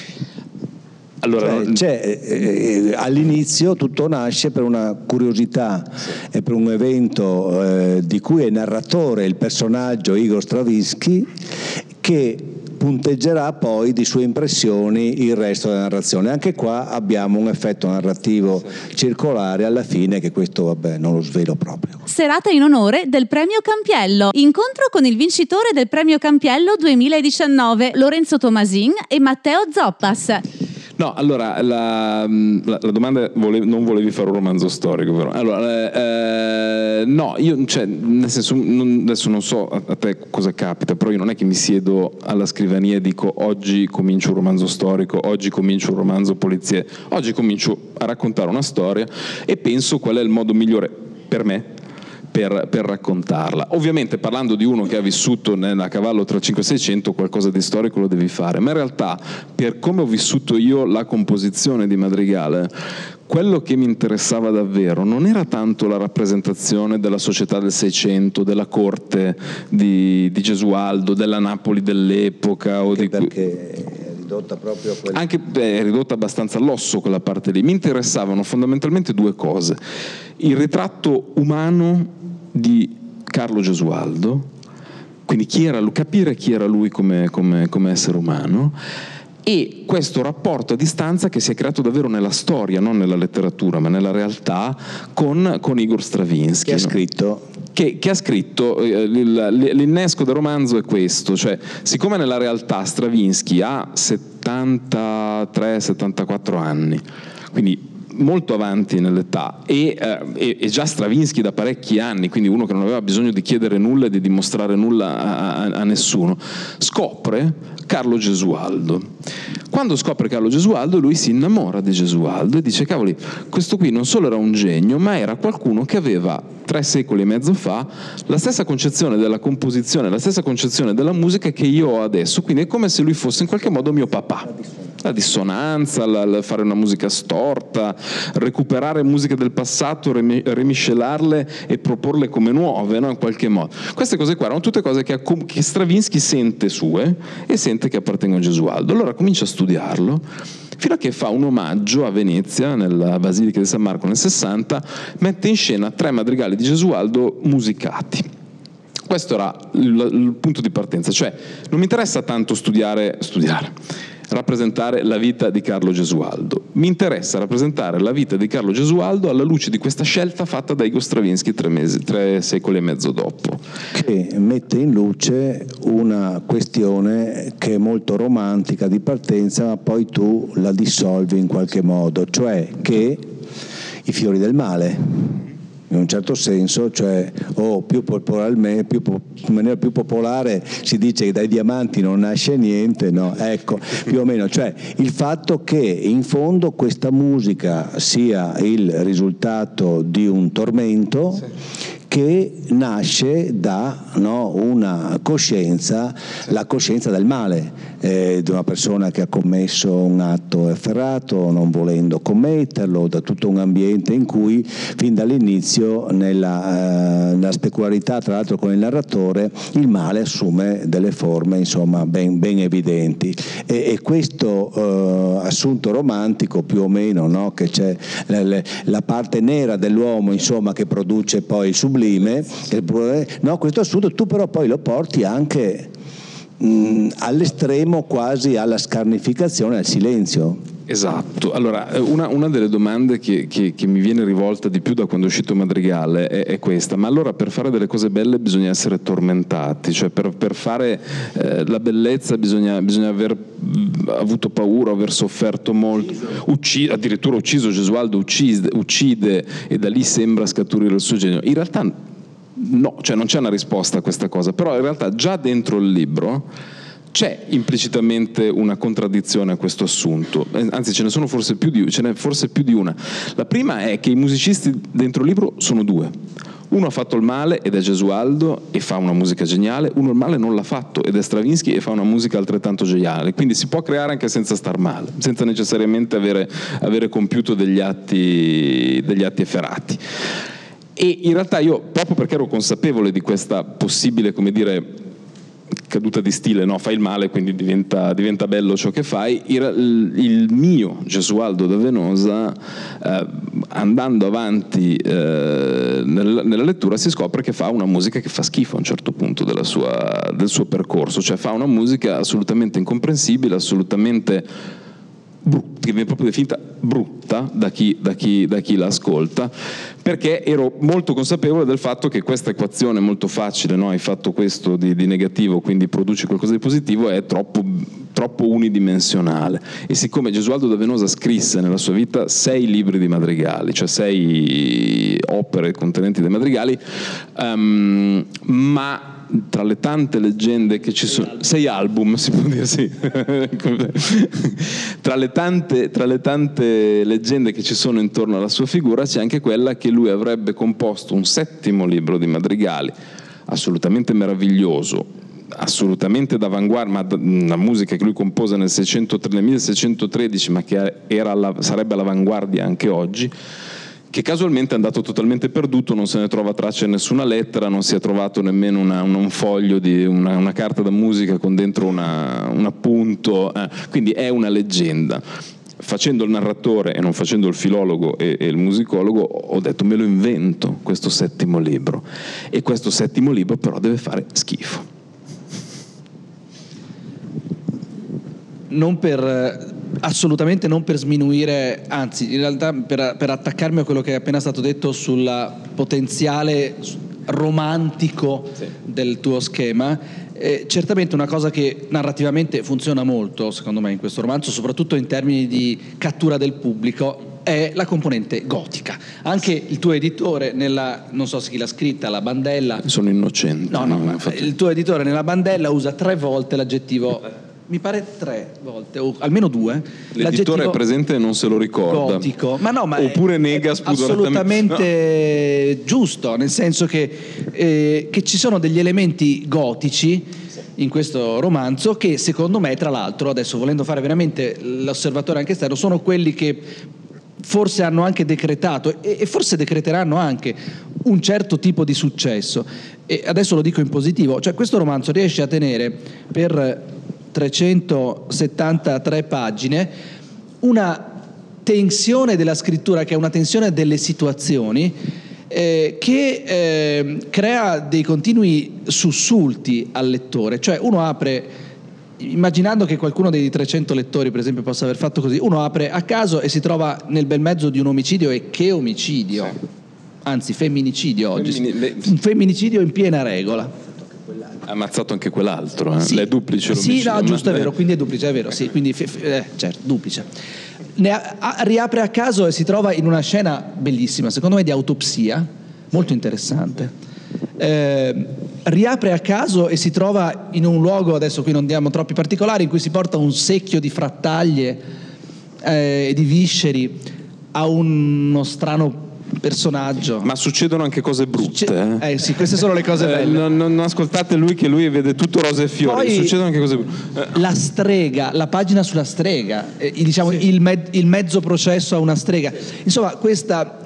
Allora, Cioè, non... cioè, eh, all'inizio tutto nasce per una curiosità e per un evento eh, di cui è narratore il personaggio Igor Stravinsky, che punteggerà poi di sue impressioni il resto della narrazione. Anche qua abbiamo un effetto narrativo circolare alla fine, che questo vabbè non lo svelo proprio. Serata in onore del Premio Campiello. Incontro con il vincitore del Premio Campiello duemiladiciannove, Lorenzo Tomasin e Matteo Zoppas. No, allora la, la, la domanda è: volevi, non volevi fare un romanzo storico, però. Allora, eh, no, io, cioè, nel senso, non, adesso non so a, a te cosa capita, però io non è che mi siedo alla scrivania e dico oggi comincio un romanzo storico, oggi comincio un romanzo poliziesco, oggi comincio a raccontare una storia e penso qual è il modo migliore per me Per, per raccontarla. Ovviamente, parlando di uno che ha vissuto nel, a cavallo tra cinquecento e seicento, qualcosa di storico lo devi fare, ma in realtà, per come ho vissuto io la composizione di Madrigale, quello che mi interessava davvero non era tanto la rappresentazione della società del Seicento, della corte di, di Gesualdo, della Napoli dell'epoca, o di perché è ridotta proprio a quel... anche beh, è ridotta abbastanza all'osso quella parte lì. Mi interessavano fondamentalmente due cose: il ritratto umano di Carlo Gesualdo, quindi chi era lui, capire chi era lui come, come, come essere umano, e questo rapporto a distanza che si è creato davvero nella storia, non nella letteratura ma nella realtà, con, con Igor Stravinsky, che ha no? scritto Che, che ha scritto, eh, l'innesco del romanzo è questo, cioè siccome nella realtà Stravinsky ha settantatré settantaquattro anni, quindi molto avanti nell'età, e, eh, e già Stravinsky da parecchi anni, quindi uno che non aveva bisogno di chiedere nulla e di dimostrare nulla a, a, a nessuno, scopre Carlo Gesualdo. Quando scopre Carlo Gesualdo, lui si innamora di Gesualdo e dice: cavoli, questo qui non solo era un genio, ma era qualcuno che aveva tre secoli e mezzo fa la stessa concezione della composizione, la stessa concezione della musica che io ho adesso, quindi è come se lui fosse in qualche modo mio papà. La dissonanza, la, la fare una musica storta, recuperare musiche del passato, remi, rimiscelarle e proporle come nuove, no? In qualche modo. Queste cose qua erano tutte cose che, che Stravinsky sente sue e sente che appartengono a Gesualdo. Allora comincia a studiarlo, fino a che fa un omaggio a Venezia, nella Basilica di San Marco nel sessanta, mette in scena tre madrigali di Gesualdo musicati. Questo era il, il punto di partenza, cioè non mi interessa tanto studiare, studiare, rappresentare la vita di Carlo Gesualdo, mi interessa rappresentare la vita di Carlo Gesualdo alla luce di questa scelta fatta da Igor Stravinsky tre, mesi, tre secoli e mezzo dopo, che mette in luce una questione che è molto romantica di partenza, ma poi tu la dissolvi in qualche modo, cioè che i fiori del male, in un certo senso, cioè o più popolarmente, più, in maniera più popolare si dice che dai diamanti non nasce niente, no? Ecco, più o meno, cioè il fatto che in fondo questa musica sia il risultato di un tormento, sì, che nasce da, no, una coscienza, la coscienza del male, eh, di una persona che ha commesso un atto efferrato non volendo commetterlo, da tutto un ambiente in cui fin dall'inizio nella, eh, nella specularità, tra l'altro con il narratore, il male assume delle forme insomma ben, ben evidenti, e, e questo eh, assunto romantico più o meno, no, che c'è la, la parte nera dell'uomo insomma che produce poi il sublime, no, questo assunto tu però poi lo porti anche mh, all'estremo, quasi alla scarnificazione, al silenzio. Esatto. Allora, una, una delle domande che, che, che mi viene rivolta di più da quando è uscito Madrigale è, è questa: ma allora per fare delle cose belle bisogna essere tormentati, cioè per, per fare eh, la bellezza bisogna, bisogna aver avuto paura, aver sofferto molto, ucciso, addirittura ucciso Gesualdo, uccide, uccide e da lì sembra scaturire il suo genio. In realtà no, cioè non c'è una risposta a questa cosa, però in realtà già dentro il libro c'è implicitamente una contraddizione a questo assunto, anzi ce ne sono forse più di, ce n'è forse più di una. La prima è che i musicisti dentro il libro sono due. Uno ha fatto il male ed è Gesualdo e fa una musica geniale, uno il male non l'ha fatto ed è Stravinsky e fa una musica altrettanto geniale, quindi si può creare anche senza star male, senza necessariamente avere, avere compiuto degli atti, degli atti efferati. E in realtà io, proprio perché ero consapevole di questa possibile, come dire, caduta di stile, no? Fai il male quindi diventa, diventa bello ciò che fai, il, il mio Gesualdo da Venosa, eh, andando avanti eh, nel, nella lettura, si scopre che fa una musica che fa schifo a un certo punto della sua, del suo percorso, cioè fa una musica assolutamente incomprensibile, assolutamente brutta, che viene proprio definita brutta da chi, da chi, da chi la ascolta, perché ero molto consapevole del fatto che questa equazione molto facile, no? Hai fatto questo di, di negativo, quindi produci qualcosa di positivo, è troppo, troppo unidimensionale. E siccome Gesualdo da Venosa scrisse nella sua vita sei libri di madrigali, cioè sei opere contenenti dei madrigali, um, ma tra le tante leggende che ci sono, sei album si può dire, sì. tra le tante tra le tante leggende che ci sono intorno alla sua figura c'è anche quella che lui avrebbe composto un settimo libro di madrigali assolutamente meraviglioso, assolutamente d'avanguardia, ma una musica che lui compose nel, seicento, nel milleseicentotredici, ma che era alla, sarebbe all'avanguardia anche oggi, che casualmente è andato totalmente perduto, non se ne trova traccia in nessuna lettera, non si è trovato nemmeno una, una, un foglio di una, una carta da musica con dentro una, un appunto, eh, quindi è una leggenda. Facendo il narratore e non facendo il filologo e, e il musicologo, ho detto me lo invento questo settimo libro, e questo settimo libro però deve fare schifo. Non per assolutamente non per sminuire, anzi in realtà per, per attaccarmi a quello che è appena stato detto sul potenziale romantico sì. del tuo schema, eh, certamente una cosa che narrativamente funziona molto secondo me in questo romanzo, soprattutto in termini di cattura del pubblico, è la componente gotica. Anche il tuo editore nella, non so se chi l'ha scritta, la Bandella, sono innocente, no, no, ma il tuo editore nella Bandella usa tre volte l'aggettivo, mi pare tre volte, o almeno due. L'editore è presente e non se lo ricorda. Gotico. Ma no, ma oppure nega spudoratamente. Assolutamente no. Giusto, nel senso che, eh, che ci sono degli elementi gotici in questo romanzo che secondo me, tra l'altro, adesso volendo fare veramente l'osservatore anche esterno, sono quelli che forse hanno anche decretato e, e forse decreteranno anche un certo tipo di successo. E adesso lo dico in positivo, cioè questo romanzo riesce a tenere per trecentosettantatré pagine una tensione della scrittura che è una tensione delle situazioni eh, che eh, crea dei continui sussulti al lettore, cioè uno apre, immaginando che qualcuno dei trecento lettori per esempio possa aver fatto così, uno apre a caso e si trova nel bel mezzo di un omicidio, e che omicidio, sì. Anzi femminicidio oggi, Femmini- le... un femminicidio in piena regola. Ha ammazzato anche quell'altro, eh? Sì. È duplice l'omicidio. Sì, no, giusto, è vero, quindi è duplice, è vero, sì, quindi eh, certo, duplice. Ne ha, a, riapre a caso e si trova in una scena bellissima, secondo me di autopsia, molto interessante. Eh, riapre a caso e si trova in un luogo, adesso qui non diamo troppi particolari, in cui si porta un secchio di frattaglie e eh, di visceri a uno strano personaggio. Ma succedono anche cose brutte. Succe- eh? eh sì, queste sono le cose belle. Eh, non, non ascoltate lui, che lui vede tutto rose e fiori. Poi, succedono anche cose brutte. Eh. La strega, la pagina sulla strega, eh, diciamo sì. il, me- il mezzo processo a una strega. Insomma, questa,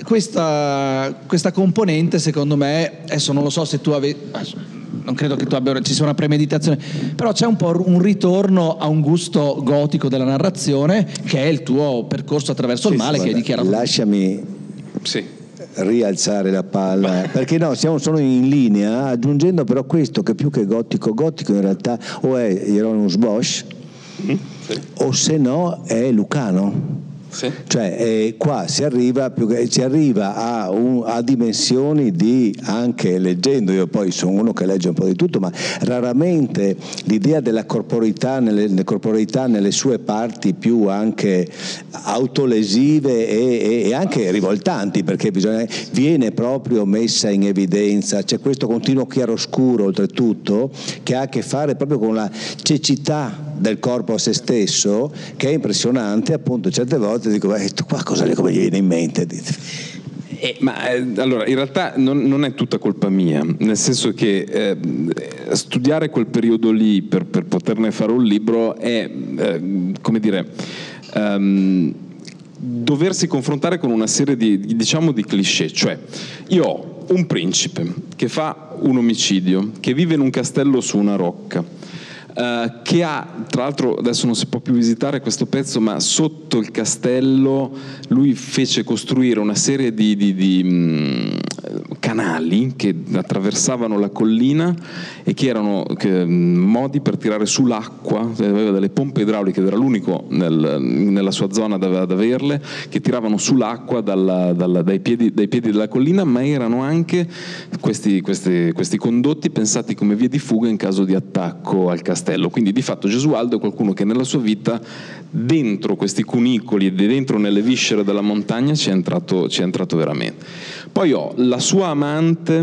questa, questa componente, secondo me, adesso non lo so se tu avevi. Non credo che tu abbia, ci sia una premeditazione, però c'è un po' un ritorno a un gusto gotico della narrazione, che è il tuo percorso attraverso sì, il male, sì, che hai dichiarato. Lasciami sì. rialzare la palla, perché no, siamo solo in linea, aggiungendo però questo, che più che gotico gotico in realtà o è Hieronymus Bosch mm, sì. o se no è Lucano. Sì. Cioè eh, qua si arriva, più che, si arriva a, un, a dimensioni di, anche leggendo, io poi sono uno che legge un po' di tutto, ma raramente l'idea della corporeità nelle, corporeità nelle sue parti più anche autolesive e, e, e anche rivoltanti, perché bisogna, viene proprio messa in evidenza, c'è questo continuo chiaroscuro oltretutto che ha a che fare proprio con la cecità del corpo a se stesso, che è impressionante. Appunto certe volte dico, eh, tu qua cosa come gli viene in mente? Eh, ma eh, allora, in realtà non, non è tutta colpa mia, nel senso che eh, studiare quel periodo lì per, per poterne fare un libro è, eh, come dire, um, doversi confrontare con una serie di, diciamo, di cliché. Cioè, io ho un principe che fa un omicidio, che vive in un castello su una rocca, Uh, che ha, tra l'altro adesso non si può più visitare questo pezzo, ma sotto il castello lui fece costruire una serie di, di, di mh, canali che attraversavano la collina e che erano che, modi per tirare su l'acqua. Aveva delle pompe idrauliche ed era l'unico nel, nella sua zona ad, ad averle, che tiravano su l'acqua dalla, dalla, dai, piedi, dai piedi della collina, ma erano anche questi, questi, questi condotti pensati come vie di fuga in caso di attacco al castello. Quindi di fatto Gesualdo è qualcuno che nella sua vita dentro questi cunicoli e dentro nelle viscere della montagna ci è entrato, ci è entrato veramente. Poi ho la sua amante,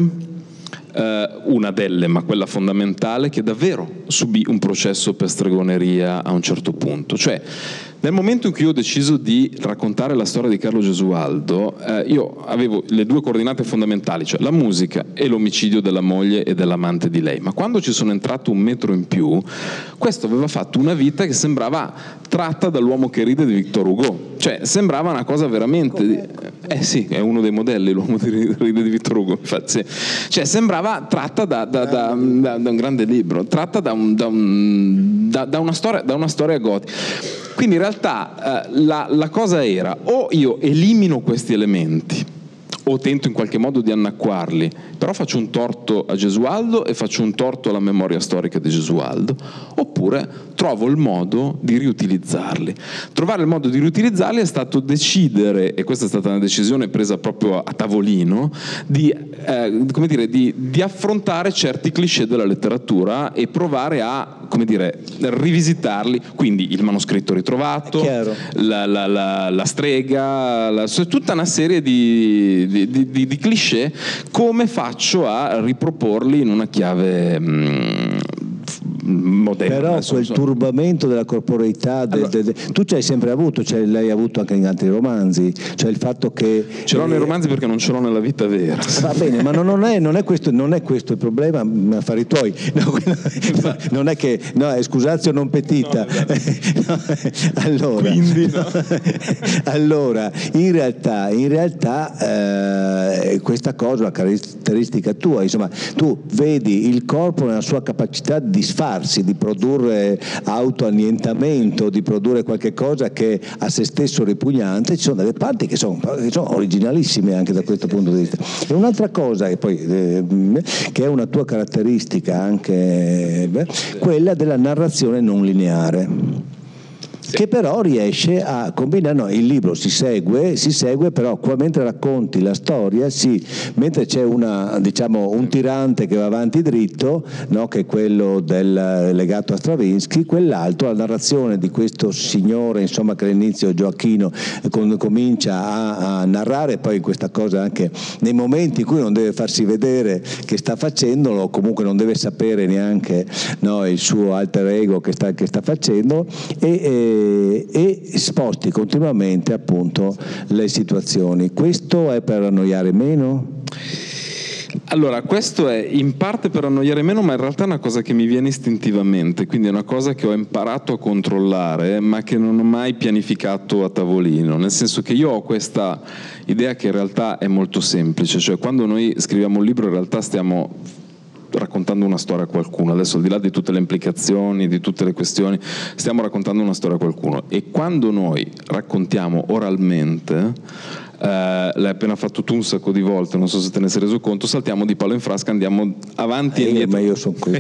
eh, una delle, ma quella fondamentale, che davvero subì un processo per stregoneria a un certo punto. Cioè, nel momento in cui io ho deciso di raccontare la storia di Carlo Gesualdo, eh, io avevo le due coordinate fondamentali, cioè la musica e l'omicidio della moglie e dell'amante di lei. Ma quando ci sono entrato un metro in più, questo aveva fatto una vita che sembrava tratta dall'uomo che ride di Victor Hugo. Cioè, sembrava una cosa veramente... Come? Eh sì, è uno dei modelli, l'uomo che ride di Victor Hugo. Infatti, sì. Cioè, sembrava tratta da, da, da, da, da un grande libro, tratta da, un, da, un, da, da una storia, da una storia gotica. Quindi in realtà eh, la, la cosa era: o io elimino questi elementi o tento in qualche modo di annacquarli, però faccio un torto a Gesualdo e faccio un torto alla memoria storica di Gesualdo, oppure trovo il modo di riutilizzarli. Trovare il modo di riutilizzarli è stato decidere, e questa è stata una decisione presa proprio a tavolino, di, eh, come dire, di, di affrontare certi cliché della letteratura e provare a, come dire, rivisitarli. Quindi il manoscritto ritrovato, la, la, la, la strega, la, tutta una serie di, di, di, di cliché. Come faccio a riproporli in una chiave mh, moderna? Però quel insomma. turbamento della corporeità del, allora, del, del, tu ci hai sempre avuto, cioè l'hai avuto anche in altri romanzi, cioè il fatto che ce l'ho eh, nei romanzi perché non ce l'ho nella vita vera. Va bene, ma non è, non è, questo, non è questo il problema, affari tuoi. No, no, non è che no, è scusazio non petita. No, no, allora, Quindi, no. allora, in realtà, in realtà eh, questa cosa è una caratteristica tua, insomma, tu vedi il corpo nella sua capacità di disfarsi, di produrre autoannientamento, di produrre qualche cosa che a se stesso ripugnante. Ci sono delle parti che sono, che sono originalissime anche da questo punto di vista. E un'altra cosa che poi eh, che è una tua caratteristica anche beh, quella della narrazione non lineare. Che però riesce a combinare, no, il libro si segue, si segue però qua, mentre racconti la storia, sì, mentre c'è una, diciamo, un tirante che va avanti dritto, no, che è quello del, legato a Stravinsky, quell'altro, la narrazione di questo signore, insomma, che all'inizio Gioacchino con, comincia a, a narrare, poi in questa cosa anche nei momenti in cui non deve farsi vedere che sta facendolo, o comunque non deve sapere neanche, no, il suo alter ego che sta, che sta facendo, e, e e sposti continuamente appunto le situazioni. Questo è per annoiare meno? Allora, questo è in parte per annoiare meno, ma in realtà è una cosa che mi viene istintivamente, quindi è una cosa che ho imparato a controllare, ma che non ho mai pianificato a tavolino, nel senso che io ho questa idea che in realtà è molto semplice, cioè quando noi scriviamo un libro in realtà stiamo raccontando una storia a qualcuno, adesso al di là di tutte le implicazioni, di tutte le questioni, stiamo raccontando una storia a qualcuno, e quando noi raccontiamo oralmente, eh, l'hai appena fatto tu un sacco di volte, non so se te ne sei reso conto, saltiamo di palo in frasca, andiamo avanti eh, e indietro, ma io sono qui.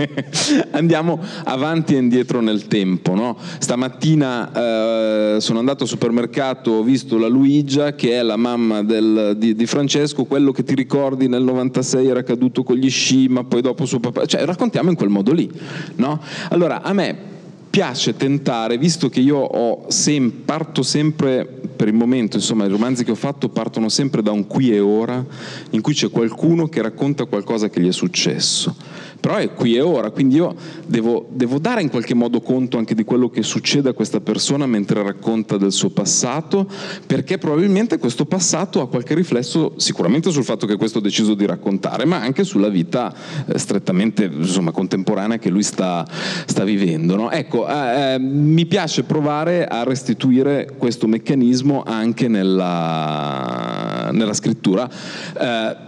andiamo avanti e indietro nel tempo, no? Stamattina eh, sono andato al supermercato, ho visto la Luigia che è la mamma del, di, di Francesco, quello che ti ricordi nel novantasei era caduto con gli sci, ma poi dopo suo papà, cioè raccontiamo in quel modo lì, no? Allora a me piace tentare, visto che io ho sem- parto sempre, per il momento, insomma, i romanzi che ho fatto partono sempre da un qui e ora, in cui c'è qualcuno che racconta qualcosa che gli è successo. però è qui e ora, quindi io devo, devo dare in qualche modo conto anche di quello che succede a questa persona mentre racconta del suo passato, perché probabilmente questo passato ha qualche riflesso sicuramente sul fatto che questo ha deciso di raccontare, ma anche sulla vita eh, strettamente, insomma, contemporanea che lui sta, sta vivendo, no? Ecco, eh, mi piace provare a restituire questo meccanismo anche nella, nella scrittura, eh,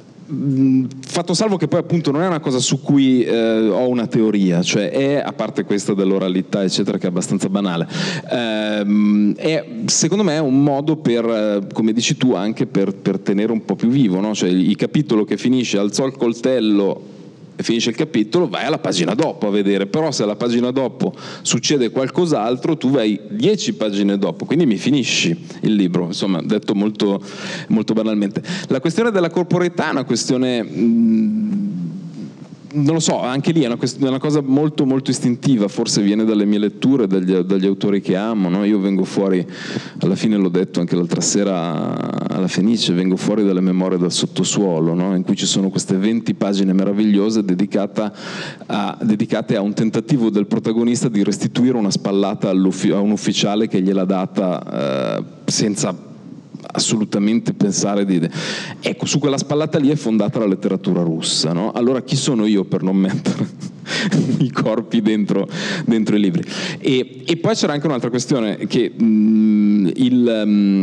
fatto salvo che poi appunto non è una cosa su cui eh, ho una teoria, cioè è, a parte questa dell'oralità eccetera che è abbastanza banale, ehm, è secondo me un modo per, eh, come dici tu, anche per, per tenere un po' più vivo, no? Cioè il capitolo che finisce alzò il coltello e finisce il capitolo, vai alla pagina dopo a vedere, però se alla pagina dopo succede qualcos'altro tu vai dieci pagine dopo, quindi mi finisci il libro, insomma, detto molto, molto banalmente. La questione della corporeità è una questione mh, non lo so, anche lì è una, quest- una cosa molto molto istintiva, forse viene dalle mie letture, dagli, dagli autori che amo, no? Io vengo fuori, alla fine l'ho detto anche l'altra sera alla Fenice, vengo fuori dalle memorie dal sottosuolo, no? In cui ci sono queste venti pagine meravigliose dedicata a, dedicate a un tentativo del protagonista di restituire una spallata a un ufficiale che gliel'ha data eh, senza assolutamente pensare di... Ecco, su quella spallata lì è fondata la letteratura russa, no? Allora chi sono io per non mettere i corpi dentro, dentro i libri? E, e poi c'era anche un'altra questione, che mh, il,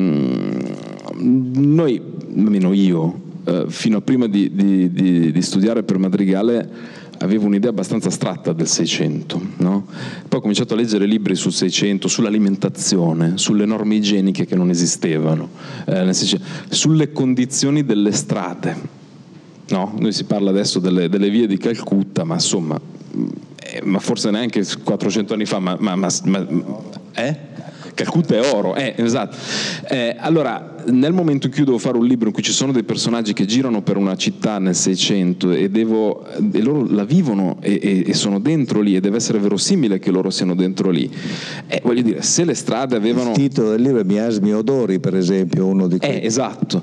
mh, noi, almeno io, eh, fino a prima di, di, di, di studiare per Madrigale, avevo un'idea abbastanza astratta del Seicento, no? Poi ho cominciato a leggere libri sul Seicento, sull'alimentazione, sulle norme igieniche che non esistevano, eh, nel Seicento, sulle condizioni delle strade, no? Noi si parla adesso delle, delle vie di Calcutta, ma insomma, eh, ma forse neanche quattrocento anni fa, ma, ma, ma, ma eh? Calcutta è oro, eh, esatto. Eh, allora, nel momento in cui io devo fare un libro in cui ci sono dei personaggi che girano per una città nel Seicento e, devo, e loro la vivono e, e, e sono dentro lì e deve essere verosimile che loro siano dentro lì, eh, voglio dire, se le strade avevano... Il titolo del libro è Miasmi Odori, per esempio, uno di questi. Eh, esatto.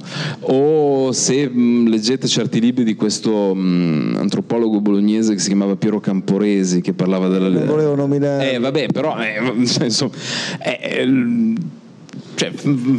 O se mh, leggete certi libri di questo mh, antropologo bolognese che si chiamava Piero Camporesi, che parlava della... Non volevo nominare... Eh, vabbè, però, eh, insomma... Eh, cioè,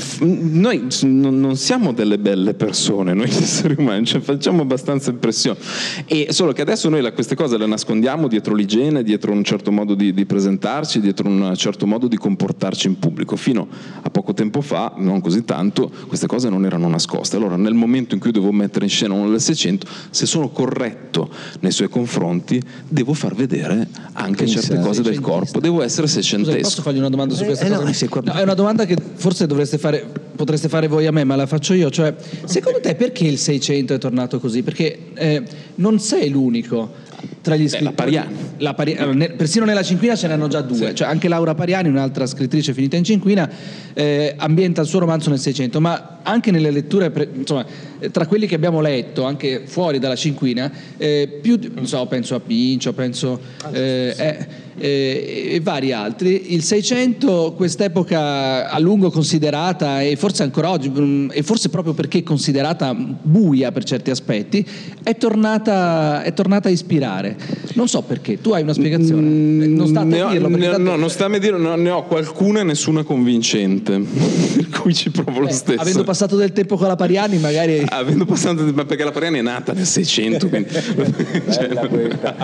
noi non siamo delle belle persone, noi esseri umani, cioè facciamo abbastanza impressione, e solo che adesso noi queste cose le nascondiamo dietro l'igiene, dietro un certo modo di, di presentarci, dietro un certo modo di comportarci in pubblico. Fino a poco tempo fa, non così tanto, queste cose non erano nascoste. Allora nel momento in cui devo mettere in scena uno del Seicento, se sono corretto nei suoi confronti, devo far vedere anche Pensa, certe cose del corpo, devo essere seicentesco. Scusa, posso fargli una domanda su questa eh, cosa? No, se qua... no, è una domanda che forse dovreste fare, potreste fare voi a me, ma la faccio io. Cioè, secondo te perché il Seicento è tornato così? Perché eh, non sei l'unico tra gli scrittori. Beh, la Pariani. La Pari... allora, ne... persino nella Cinquina ce n'hanno già due. Sì. Cioè, anche Laura Pariani, un'altra scrittrice finita in Cinquina, eh, ambienta il suo romanzo nel Seicento, ma anche nelle letture, pre... insomma, tra quelli che abbiamo letto, anche fuori dalla Cinquina, eh, più, non so, penso a Pincio, penso eh, eh, eh, e vari altri, il Seicento, quest'epoca a lungo considerata, e forse ancora oggi, e forse proprio perché considerata buia per certi aspetti, è tornata, è tornata a ispirare. Non so perché, tu hai una spiegazione? Mm, non sta a ne ho, dirlo, ne, tanto... no, non sta a me dire, no, ne ho qualcuna e nessuna convincente, per cui ci provo lo eh, stesso. Avendo passato del tempo con la Pariani, magari... Avendo passato, ma perché la Pariani è nata nel Seicento, quindi... cioè, Bella questa.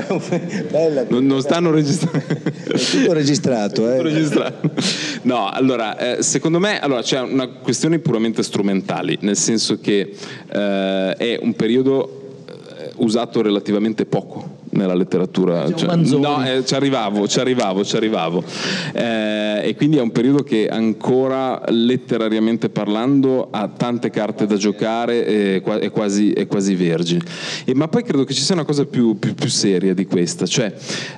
Bella non, non stanno registrando. È tutto registrato, eh? Tutto registrato. No, allora, eh, secondo me allora, c'è una questione puramente strumentali, nel senso che eh, è un periodo eh, usato relativamente poco nella letteratura, cioè, no, eh, ci arrivavo, ci arrivavo, ci arrivavo, eh, e quindi è un periodo che ancora letterariamente parlando ha tante carte da giocare, e è quasi, è quasi vergine. E, ma poi credo che ci sia una cosa più, più, più seria di questa, cioè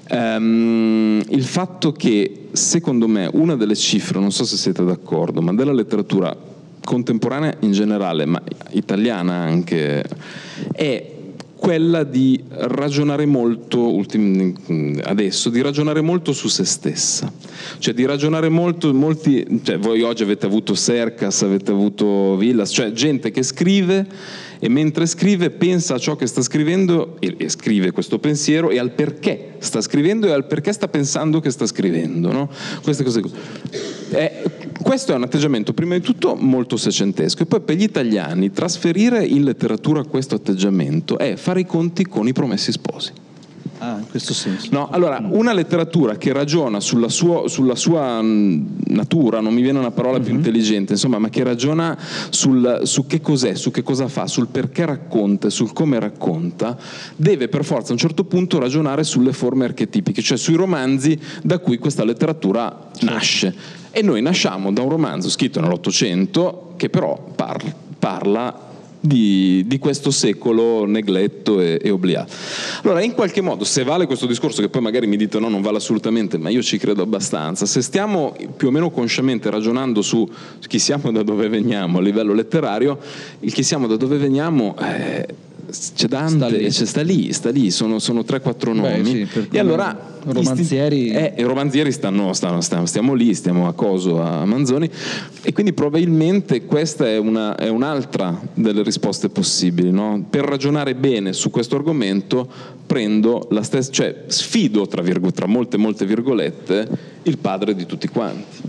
um, il fatto che secondo me una delle cifre, non so se siete d'accordo, ma della letteratura contemporanea in generale, ma italiana anche, è quella di ragionare molto ultim- adesso di ragionare molto su se stessa, cioè di ragionare molto molti, cioè voi oggi avete avuto Sercas, avete avuto Villas, cioè gente che scrive e mentre scrive pensa a ciò che sta scrivendo e, e scrive questo pensiero e al perché sta scrivendo e al perché sta pensando che sta scrivendo, no? Queste cose. Eh, questo è un atteggiamento prima di tutto molto secentesco e poi per gli italiani trasferire in letteratura questo atteggiamento è fare i conti con i Promessi Sposi. Ah, in questo senso. No, allora, una letteratura che ragiona sulla sua, sulla sua natura, non mi viene una parola più intelligente, insomma, ma che ragiona sul, su che cos'è, su che cosa fa, sul perché racconta, sul come racconta, deve per forza a un certo punto ragionare sulle forme archetipiche, cioè sui romanzi da cui questa letteratura nasce. E noi nasciamo da un romanzo scritto nell'Ottocento che però parla, parla Di, di questo secolo negletto e, e obliato. Allora, in qualche modo, se vale questo discorso, che poi magari mi dite no, non vale assolutamente, ma io ci credo abbastanza, se stiamo più o meno consciamente ragionando su chi siamo e da dove veniamo a livello letterario, il chi siamo da dove veniamo eh, c'è Dante, sta lì, c'è, sta lì, sta lì sono, sono tre quattro nomi. Beh, sì, e allora romanzieri eh, i romanzieri stanno, stanno, stanno, stiamo lì, stiamo a Coso, a Manzoni, e quindi probabilmente questa è, una, è un'altra delle risposte possibili, no? Per ragionare bene su questo argomento prendo la stessa, cioè sfido tra, virgo, tra molte molte virgolette il padre di tutti quanti.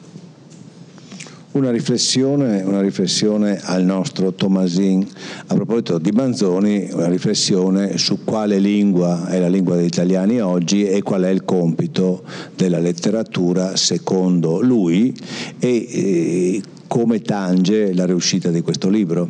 Una riflessione, una riflessione al nostro Tomasin. A proposito di Manzoni, una riflessione su quale lingua è la lingua degli italiani oggi e qual è il compito della letteratura secondo lui e, e come tange la riuscita di questo libro.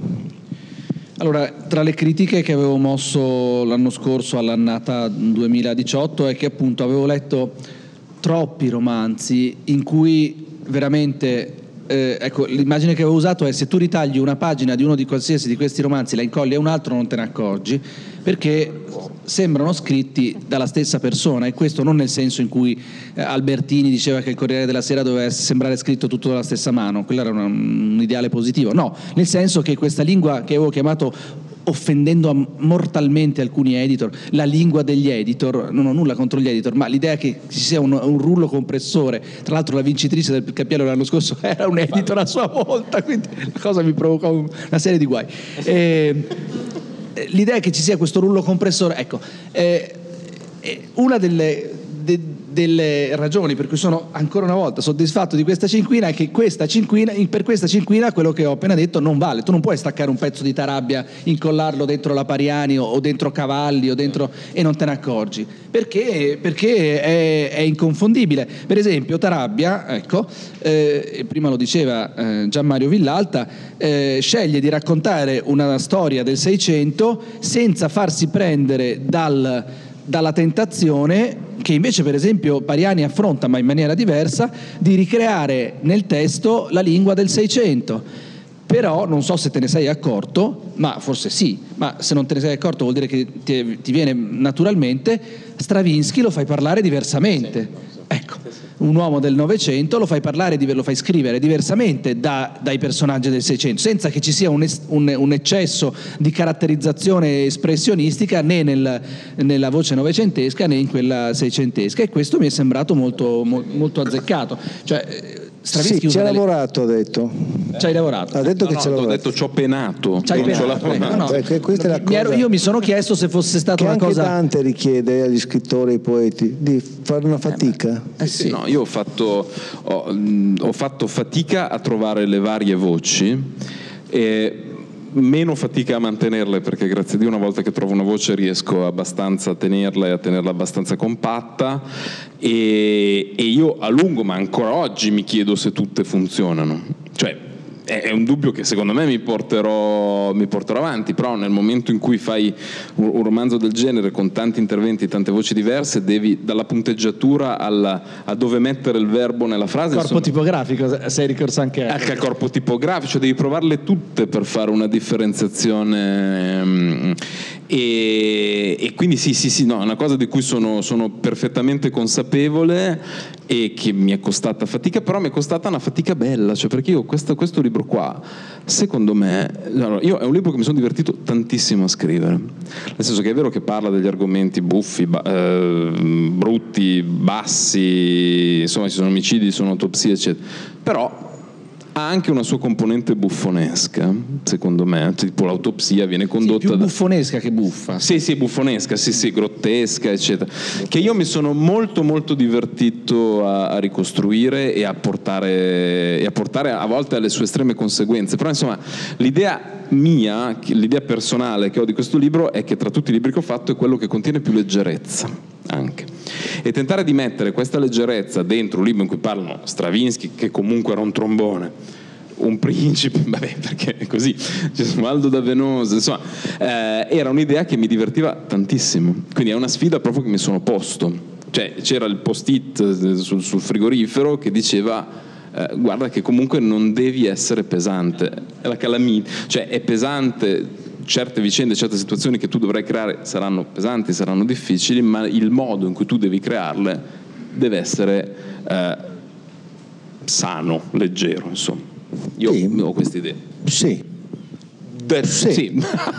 Allora, tra le critiche che avevo mosso l'anno scorso all'annata duemiladiciotto è che appunto avevo letto troppi romanzi in cui veramente Eh, ecco, l'immagine che avevo usato è: se tu ritagli una pagina di uno di qualsiasi di questi romanzi, la incolli a un altro, non te ne accorgi, perché sembrano scritti dalla stessa persona, e questo non nel senso in cui eh, Albertini diceva che il Corriere della Sera doveva sembrare scritto tutto dalla stessa mano, quello era un, un ideale positivo, no, nel senso che questa lingua che avevo chiamato, offendendo mortalmente alcuni editor, la lingua degli editor, non ho nulla contro gli editor, ma l'idea che ci sia un, un rullo compressore, tra l'altro la vincitrice del Cappiello l'anno scorso era un editor a sua volta, quindi la cosa mi provocò una serie di guai. E, l'idea che ci sia questo rullo compressore, ecco, è, è una delle, de, delle ragioni per cui sono ancora una volta soddisfatto di questa cinquina è che questa cinquina, per questa cinquina quello che ho appena detto non vale. Tu non puoi staccare un pezzo di Tarabia, incollarlo dentro la Pariani o dentro Cavalli o dentro e non te ne accorgi, perché, perché è, è inconfondibile. Per esempio Tarabia, ecco, eh, prima lo diceva eh, Gian Mario Villalta, eh, sceglie di raccontare una storia del Seicento senza farsi prendere dal dalla tentazione che invece per esempio Pariani affronta, ma in maniera diversa, di ricreare nel testo la lingua del Seicento. Però non so se te ne sei accorto, ma forse sì, ma se non te ne sei accorto vuol dire che ti, ti viene naturalmente. Stravinsky lo fai parlare diversamente, ecco, un uomo del Novecento lo fai parlare, lo fai scrivere diversamente da, dai personaggi del Seicento, senza che ci sia un, un, un eccesso di caratterizzazione espressionistica né nel, nella voce novecentesca né in quella seicentesca, e questo mi è sembrato molto, molto azzeccato. Cioè, Stravinsky sì, ci ha delle... lavorato, ha detto. Ci hai lavorato. Ha detto no, che no, ci ha ho lavorato. detto ci ho penato. Ci hai non penato. Eh, no, no. Beh, questa è la mi cosa... ero, io mi sono chiesto se fosse stata che una anche cosa. Dante richiede agli scrittori e ai poeti di fare una fatica. Eh, eh sì. No, io ho fatto, ho, ho fatto fatica a trovare le varie voci. E meno fatica a mantenerle, perché grazie a Dio una volta che trovo una voce riesco abbastanza a tenerla e a tenerla abbastanza compatta, e, e io a lungo, ma ancora oggi, mi chiedo se tutte funzionano. Cioè è un dubbio che secondo me mi porterò, mi porterò avanti, però nel momento in cui fai un, un romanzo del genere con tanti interventi, tante voci diverse, devi dalla punteggiatura alla, a dove mettere il verbo nella frase, corpo insomma, tipografico, sei ricorso anche anche al corpo tipografico, cioè devi provarle tutte per fare una differenziazione, um, e, e quindi sì sì sì no, è una cosa di cui sono, sono perfettamente consapevole. e che mi è costata fatica, però mi è costata una fatica bella, cioè perché io questo, questo libro qua, secondo me, allora, io, è un libro che mi sono divertito tantissimo a scrivere, nel senso che è vero che parla degli argomenti buffi, ba- eh, brutti, bassi, insomma ci sono omicidi, ci sono autopsie eccetera, però ha anche una sua componente buffonesca, secondo me, tipo l'autopsia viene condotta... Sì, più buffonesca che buffa. Sì, sì, buffonesca, sì, sì, grottesca, eccetera, che io mi sono molto, molto divertito a, a ricostruire e a portare, e a portare a volte alle sue estreme conseguenze, però insomma l'idea mia, l'idea personale che ho di questo libro è che tra tutti i libri che ho fatto è quello che contiene più leggerezza, anche. E tentare di mettere questa leggerezza dentro un libro in cui parlano Stravinsky, che comunque era un trombone, un principe, vabbè, perché è così, Gesualdo da Venosa, insomma, eh, era un'idea che mi divertiva tantissimo, quindi è una sfida proprio che mi sono posto, cioè c'era il post-it sul, sul frigorifero che diceva eh, guarda che comunque non devi essere pesante, è la calamita, cioè è pesante, certe vicende, certe situazioni che tu dovrai creare saranno pesanti, saranno difficili, ma il modo in cui tu devi crearle deve essere eh, sano, leggero, insomma. Io sì. ho queste idee. Sì. De- sì. sì.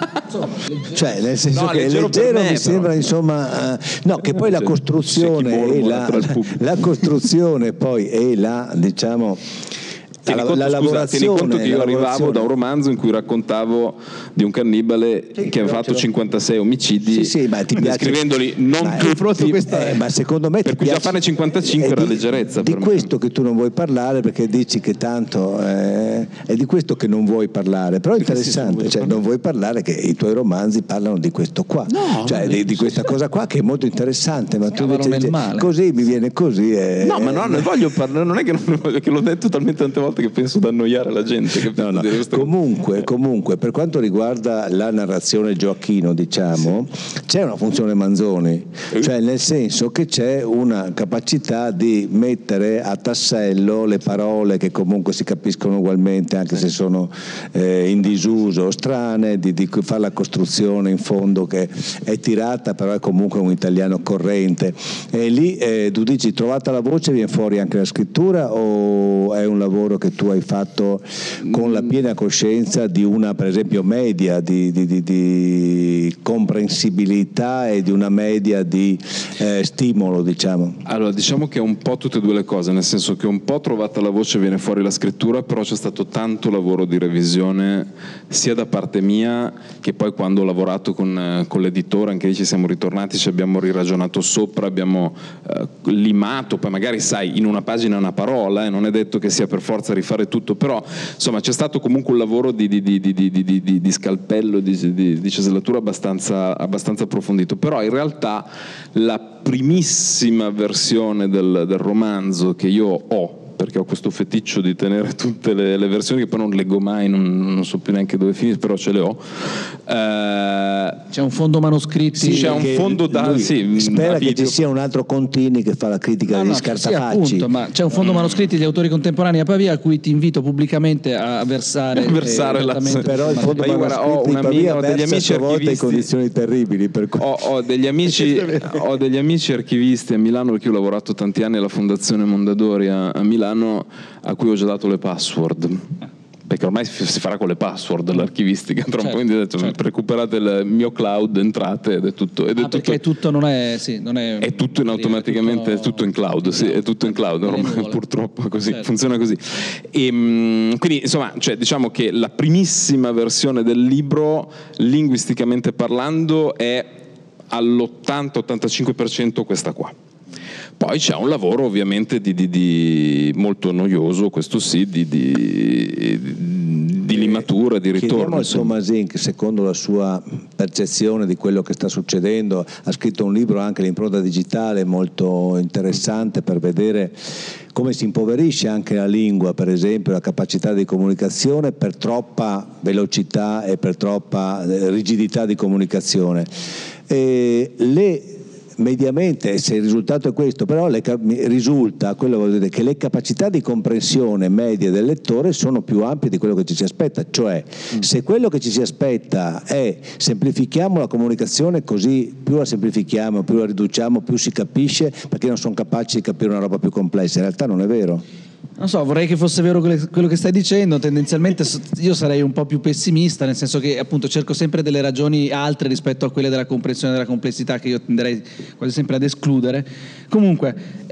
Cioè nel senso no, che leggero, leggero me, mi sembra insomma uh, no che poi la costruzione e la, la, la costruzione poi è la diciamo Tieni conto, la scusa, tieni conto che io arrivavo da un romanzo in cui raccontavo di un cannibale sì, che aveva fatto cinquantasei omicidi, sì, sì, ma ti piace, descrivendoli non ma tutti, eh, ma secondo me per ti cui piace, già farne cinquantacinque era di, leggerezza di per questo me. Che tu non vuoi parlare perché dici che tanto eh, è di questo che non vuoi parlare, però è interessante, cioè non vuoi parlare che i tuoi romanzi parlano di questo qua, no, cioè di, di questa cosa qua che è molto interessante, ma tu invece dici, male. così mi viene così e, no ma no, ne voglio parlare, non è che non ne voglio, che l'ho detto talmente tante volte che penso da annoiare la gente, no, no. Comunque, comunque per quanto riguarda la narrazione Gioacchino, diciamo, sì. c'è una funzione Manzoni, cioè nel senso che c'è una capacità di mettere a tassello le parole che comunque si capiscono ugualmente anche se sono eh, in disuso o strane, di, di fare la costruzione in fondo che è tirata però è comunque un italiano corrente, e lì eh, tu dici trovata la voce viene fuori anche la scrittura o è un lavoro che tu hai fatto con la piena coscienza di una, per esempio, media di, di, di, di comprensibilità e di una media di eh, stimolo, diciamo? Allora, diciamo che è un po' tutte e due le cose, nel senso che un po' trovata la voce viene fuori la scrittura, però c'è stato tanto lavoro di revisione sia da parte mia che poi quando ho lavorato con, con l'editore, anche lì ci siamo ritornati, ci abbiamo riragionato sopra, abbiamo eh, limato, poi magari sai in una pagina una parola, eh, non è detto che sia per forza rifare tutto, però insomma c'è stato comunque un lavoro di, di, di, di, di, di, di scalpello, di, di, di cesellatura abbastanza, abbastanza approfondito, però in realtà la primissima versione del, del romanzo che io ho, perché ho questo feticcio di tenere tutte le, le versioni che poi non leggo mai, non, non so più neanche dove finire, però ce le ho. Eh, c'è un fondo manoscritti, sì, c'è un fondo da sì, spera che ci sia un altro Contini che fa la critica no, degli no, scartafacci, sì, appunto, ma c'è un fondo manoscritti di autori contemporanei a Pavia a cui ti invito pubblicamente a versare, a versare la, però il fondo manoscritti di Pavia ho degli amici archivisti in condizioni terribili, per cui... ho, ho degli amici ho degli amici archivisti a Milano, perché io ho lavorato tanti anni alla Fondazione Mondadori a, a Milano, a cui ho già dato le password, perché ormai si farà con le password l'archivistica tra un certo, po', quindi ho detto certo. recuperate il mio cloud, entrate ed è tutto ed è ah, tutto, perché tutto non è, sì, non è, è tutto in automaticamente, è tutto, è tutto in cloud, sì, è tutto in cloud ormai, purtroppo così, certo. funziona così. E, quindi insomma, cioè, diciamo che la primissima versione del libro, linguisticamente parlando, è all'ottanta ottantacinque per cento questa qua. Poi c'è un lavoro ovviamente di, di, di molto noioso, questo sì, di, di, di limatura, di ritorno. Chiediamo al Tomasin, che secondo la sua percezione di quello che sta succedendo ha scritto un libro anche l'impronta digitale molto interessante per vedere come si impoverisce anche la lingua, per esempio la capacità di comunicazione per troppa velocità e per troppa rigidità di comunicazione. E le mediamente se il risultato è questo, però le, risulta quello vuol dire che le capacità di comprensione medie del lettore sono più ampie di quello che ci si aspetta, cioè mm. se quello che ci si aspetta è semplifichiamo la comunicazione, così più la semplifichiamo, più la riduciamo, più si capisce, perché non sono capaci di capire una roba più complessa. In realtà non è vero. Non so, vorrei che fosse vero quello che stai dicendo. Tendenzialmente io sarei un po' più pessimista, nel senso che appunto cerco sempre delle ragioni altre rispetto a quelle della comprensione della complessità, che io tenderei quasi sempre ad escludere. Comunque,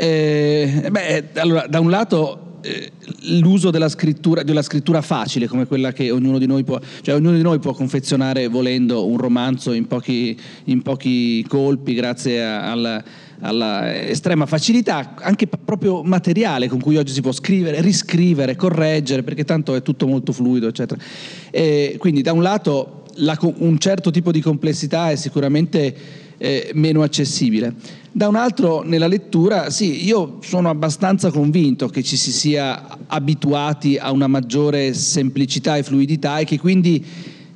eh, beh, allora, da un lato eh, l'uso della scrittura, della scrittura facile, come quella che ognuno di noi può, cioè ognuno di noi può confezionare volendo un romanzo in pochi, in pochi colpi, grazie alla alla estrema facilità anche proprio materiale con cui oggi si può scrivere, riscrivere, correggere, perché tanto è tutto molto fluido, eccetera. E quindi da un lato la, un certo tipo di complessità è sicuramente eh, meno accessibile. Da un altro, nella lettura, sì, io sono abbastanza convinto che ci si sia abituati a una maggiore semplicità e fluidità e che quindi,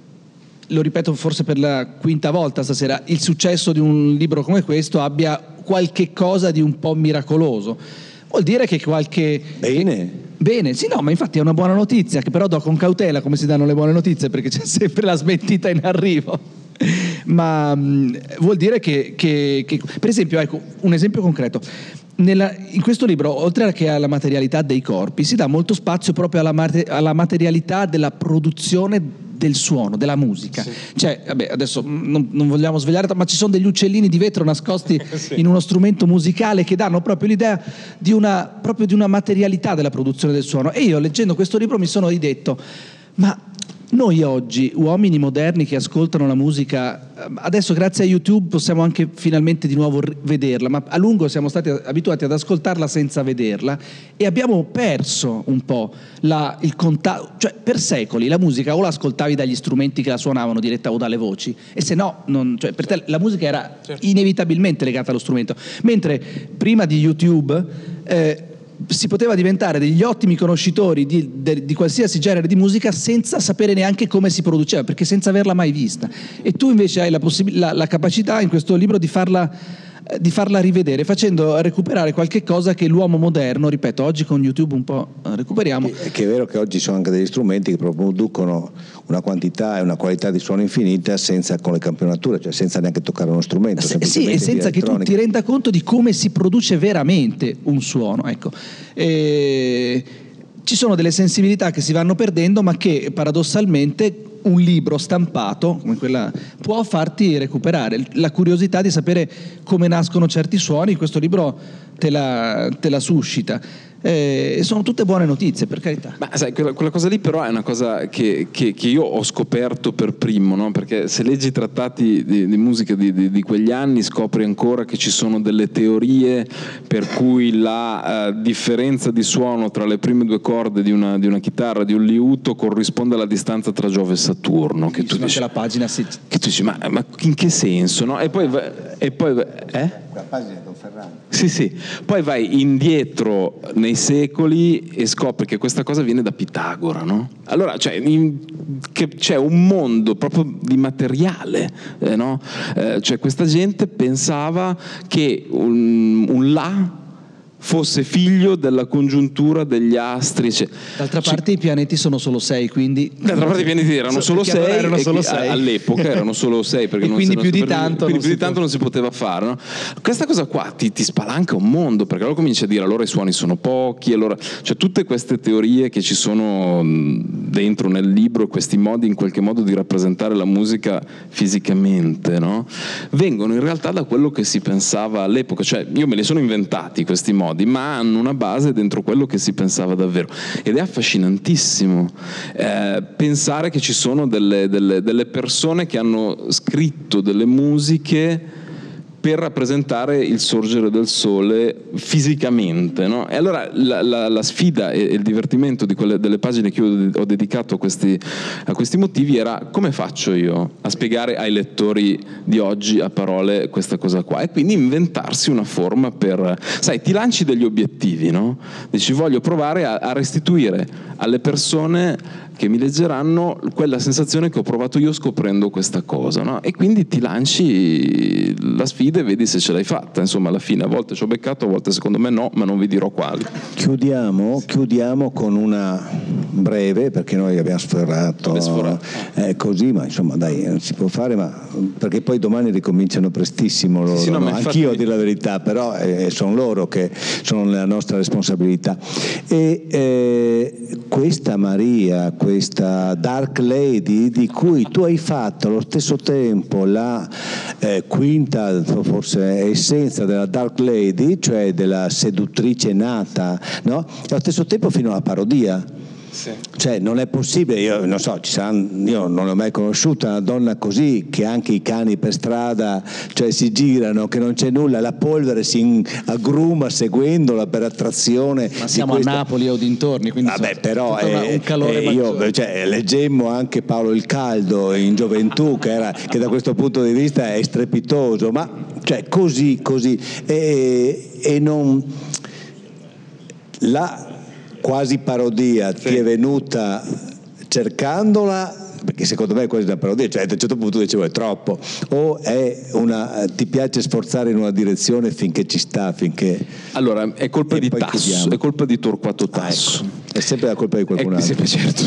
lo ripeto forse per la quinta volta stasera, il successo di un libro come questo abbia qualche cosa di un po' miracoloso. Vuol dire che qualche... Bene. Bene, sì, no, ma infatti è una buona notizia, che però do con cautela come si danno le buone notizie, perché c'è sempre la smentita in arrivo. Ma mh, vuol dire che, che, che... Per esempio, ecco, un esempio concreto. Nella, in questo libro, oltre che alla materialità dei corpi, si dà molto spazio proprio alla, mate, alla materialità della produzione del suono, della musica. Sì. Cioè, vabbè, adesso non, non vogliamo svegliare, ma ci sono degli uccellini di vetro nascosti sì. in uno strumento musicale che danno proprio l'idea di una, proprio di una materialità della produzione del suono. E io, leggendo questo libro, mi sono ridetto, ma noi oggi, uomini moderni che ascoltano la musica, adesso grazie a YouTube possiamo anche finalmente di nuovo vederla, ma a lungo siamo stati abituati ad ascoltarla senza vederla e abbiamo perso un po' la, il contatto, cioè per secoli la musica o la ascoltavi dagli strumenti che la suonavano diretta o dalle voci, e se no, non, cioè per te la musica era certo. inevitabilmente legata allo strumento, mentre prima di YouTube eh, si poteva diventare degli ottimi conoscitori di, di, di qualsiasi genere di musica senza sapere neanche come si produceva, perché senza averla mai vista. E tu invece hai la, possib- la, la capacità in questo libro di farla, di farla rivedere, facendo recuperare qualche cosa che l'uomo moderno, ripeto, oggi con YouTube un po' recuperiamo. È che è vero che oggi ci sono anche degli strumenti che producono una quantità e una qualità di suono infinita senza con le campionature, cioè senza neanche toccare uno strumento. S- sì, e senza che tu ti renda conto di come si produce veramente un suono. Ecco. E ci sono delle sensibilità che si vanno perdendo, ma che paradossalmente un libro stampato come quella può farti recuperare la curiosità di sapere come nascono certi suoni. Questo libro te la, te la suscita. E sono tutte buone notizie, per carità. Ma sai, quella, quella cosa lì però è una cosa che, che, che io ho scoperto per primo, no? Perché se leggi i trattati di, di musica di, di, di quegli anni scopri ancora che ci sono delle teorie per cui la uh, differenza di suono tra le prime due corde di una, di una chitarra, di un liuto, corrisponde alla distanza tra Giove e Saturno. Che tu dici, la pagina sì. Che tu dici, ma, ma in che senso? No? E poi, e poi eh? La pagina di Don Ferrando. Sì, sì. Poi vai indietro nei secoli e scopri che questa cosa viene da Pitagora, no? Allora, cioè, in, che c'è un mondo proprio di materiale, eh, no? Eh, cioè, questa gente pensava che un, un La fosse figlio della congiuntura degli astri. Cioè, d'altra parte i pianeti sono solo sei, quindi d'altra parte i pianeti erano solo sei, erano solo e sei. all'epoca erano solo sei, perché e non quindi si, più di per, tanto, quindi non, più si di tanto non si poteva fare, no? Questa cosa qua ti, ti spalanca un mondo, perché allora cominci a dire allora i suoni sono pochi, allora, cioè tutte queste teorie che ci sono dentro nel libro, questi modi in qualche modo di rappresentare la musica fisicamente, no? Vengono in realtà da quello che si pensava all'epoca, cioè io me li sono inventati questi modi, ma hanno una base dentro quello che si pensava davvero, ed è affascinantissimo eh, pensare che ci sono delle, delle, delle persone che hanno scritto delle musiche per rappresentare il sorgere del sole fisicamente, no? E allora la, la, la sfida e il divertimento di quelle, delle pagine che io ho dedicato a questi, a questi motivi era: come faccio io a spiegare ai lettori di oggi a parole questa cosa qua? E quindi inventarsi una forma per, sai, ti lanci degli obiettivi, no? Dici voglio provare a, a restituire alle persone che mi leggeranno quella sensazione che ho provato io scoprendo questa cosa, no? E quindi ti lanci la sfida e vedi se ce l'hai fatta. Insomma, alla fine a volte ci ho beccato, a volte secondo me no, ma non vi dirò quali. Chiudiamo, chiudiamo con una breve, perché noi abbiamo sforato, sforato. Eh, così, ma insomma dai, non si può fare, ma perché poi domani ricominciano prestissimo loro, sì, sì, no, no? ma infatti... Anch'io a dire la verità, però eh, sono loro che sono nella nostra responsabilità. E eh, questa Maria, questa Dark Lady di cui tu hai fatto allo stesso tempo la eh, quinta forse essenza della Dark Lady, cioè della seduttrice nata, no? E allo stesso tempo fino alla parodia. Sì. Cioè non è possibile, io non so, ci saranno, io non l'ho mai conosciuta una donna così, che anche i cani per strada, cioè si girano, che non c'è nulla, la polvere si in, aggruma seguendola per attrazione. Ma siamo questa... a Napoli o dintorni, quindi vabbè, so, però è, un calore è, io, cioè, leggemmo anche Paolo il Caldo in gioventù, che, era, che da questo punto di vista è strepitoso, ma cioè così, così e, e non la quasi parodia sì. Ti è venuta cercandola, perché secondo me è quasi una parodia, cioè a un certo punto dicevo è troppo, o è una, ti piace sforzare in una direzione finché ci sta, finché allora è colpa e di Tasso, è colpa di Torquato Tasso. Ah, ecco. È sempre la colpa di qualcun altro. È, certo,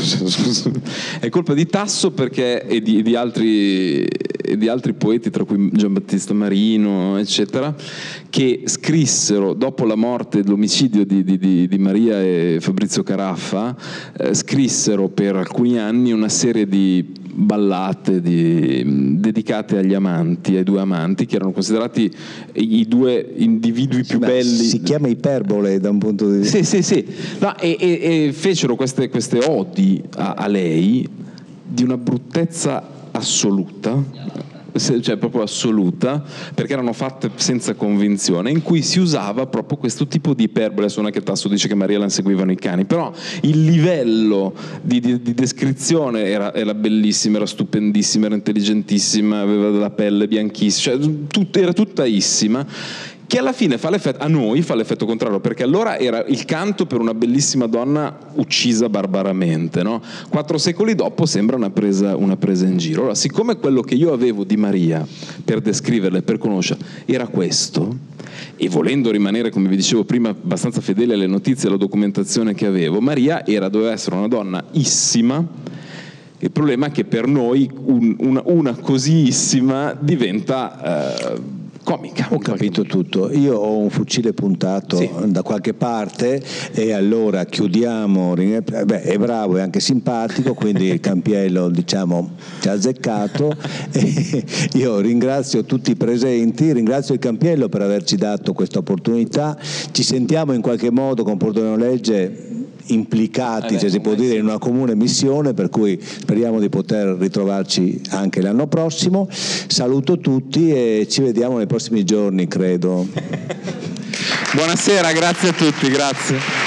è colpa di Tasso perché e di, di, altri, e di altri poeti, tra cui Giambattista Marino, eccetera, che scrissero dopo la morte, l'omicidio di, di, di, di Maria e Fabrizio Caraffa, eh, scrissero per alcuni anni una serie di ballate di, dedicate agli amanti, ai due amanti, che erano considerati i due individui sì, più belli. Si chiama iperbole da un punto di vista. Sì, sì, sì. No, e, e, e fecero queste, queste odi a, a lei di una bruttezza assoluta, cioè proprio assoluta, perché erano fatte senza convinzione, in cui si usava proprio questo tipo di iperbole. Adesso non è che Tasso dice che Maria la inseguivano i cani, però il livello di, di, di descrizione era, era bellissimo, era stupendissima, era intelligentissima, aveva della pelle bianchissima, cioè tut, era tuttaissima, che alla fine fa l'effetto, a noi fa l'effetto contrario, perché allora era il canto per una bellissima donna uccisa barbaramente, no? Quattro secoli dopo sembra una presa, una presa in giro. Allora, siccome quello che io avevo di Maria per descriverla e per conoscerla era questo, e volendo rimanere, come vi dicevo prima, abbastanza fedele alle notizie e alla documentazione che avevo, Maria era, doveva essere una donna issima. Il problema è che per noi un, una, una cosissima diventa... Eh, comica. Ho capito tutto, io ho un fucile puntato sì. da qualche parte e allora chiudiamo, beh è bravo e anche simpatico, quindi il Campiello diciamo ci ha azzeccato e io ringrazio tutti i presenti, ringrazio il Campiello per averci dato questa opportunità, ci sentiamo in qualche modo con Pordenone Legge implicati, se si può dire, in una comune missione, per cui speriamo di poter ritrovarci anche l'anno prossimo. Saluto tutti e ci vediamo nei prossimi giorni, credo. Buonasera, grazie a tutti, grazie.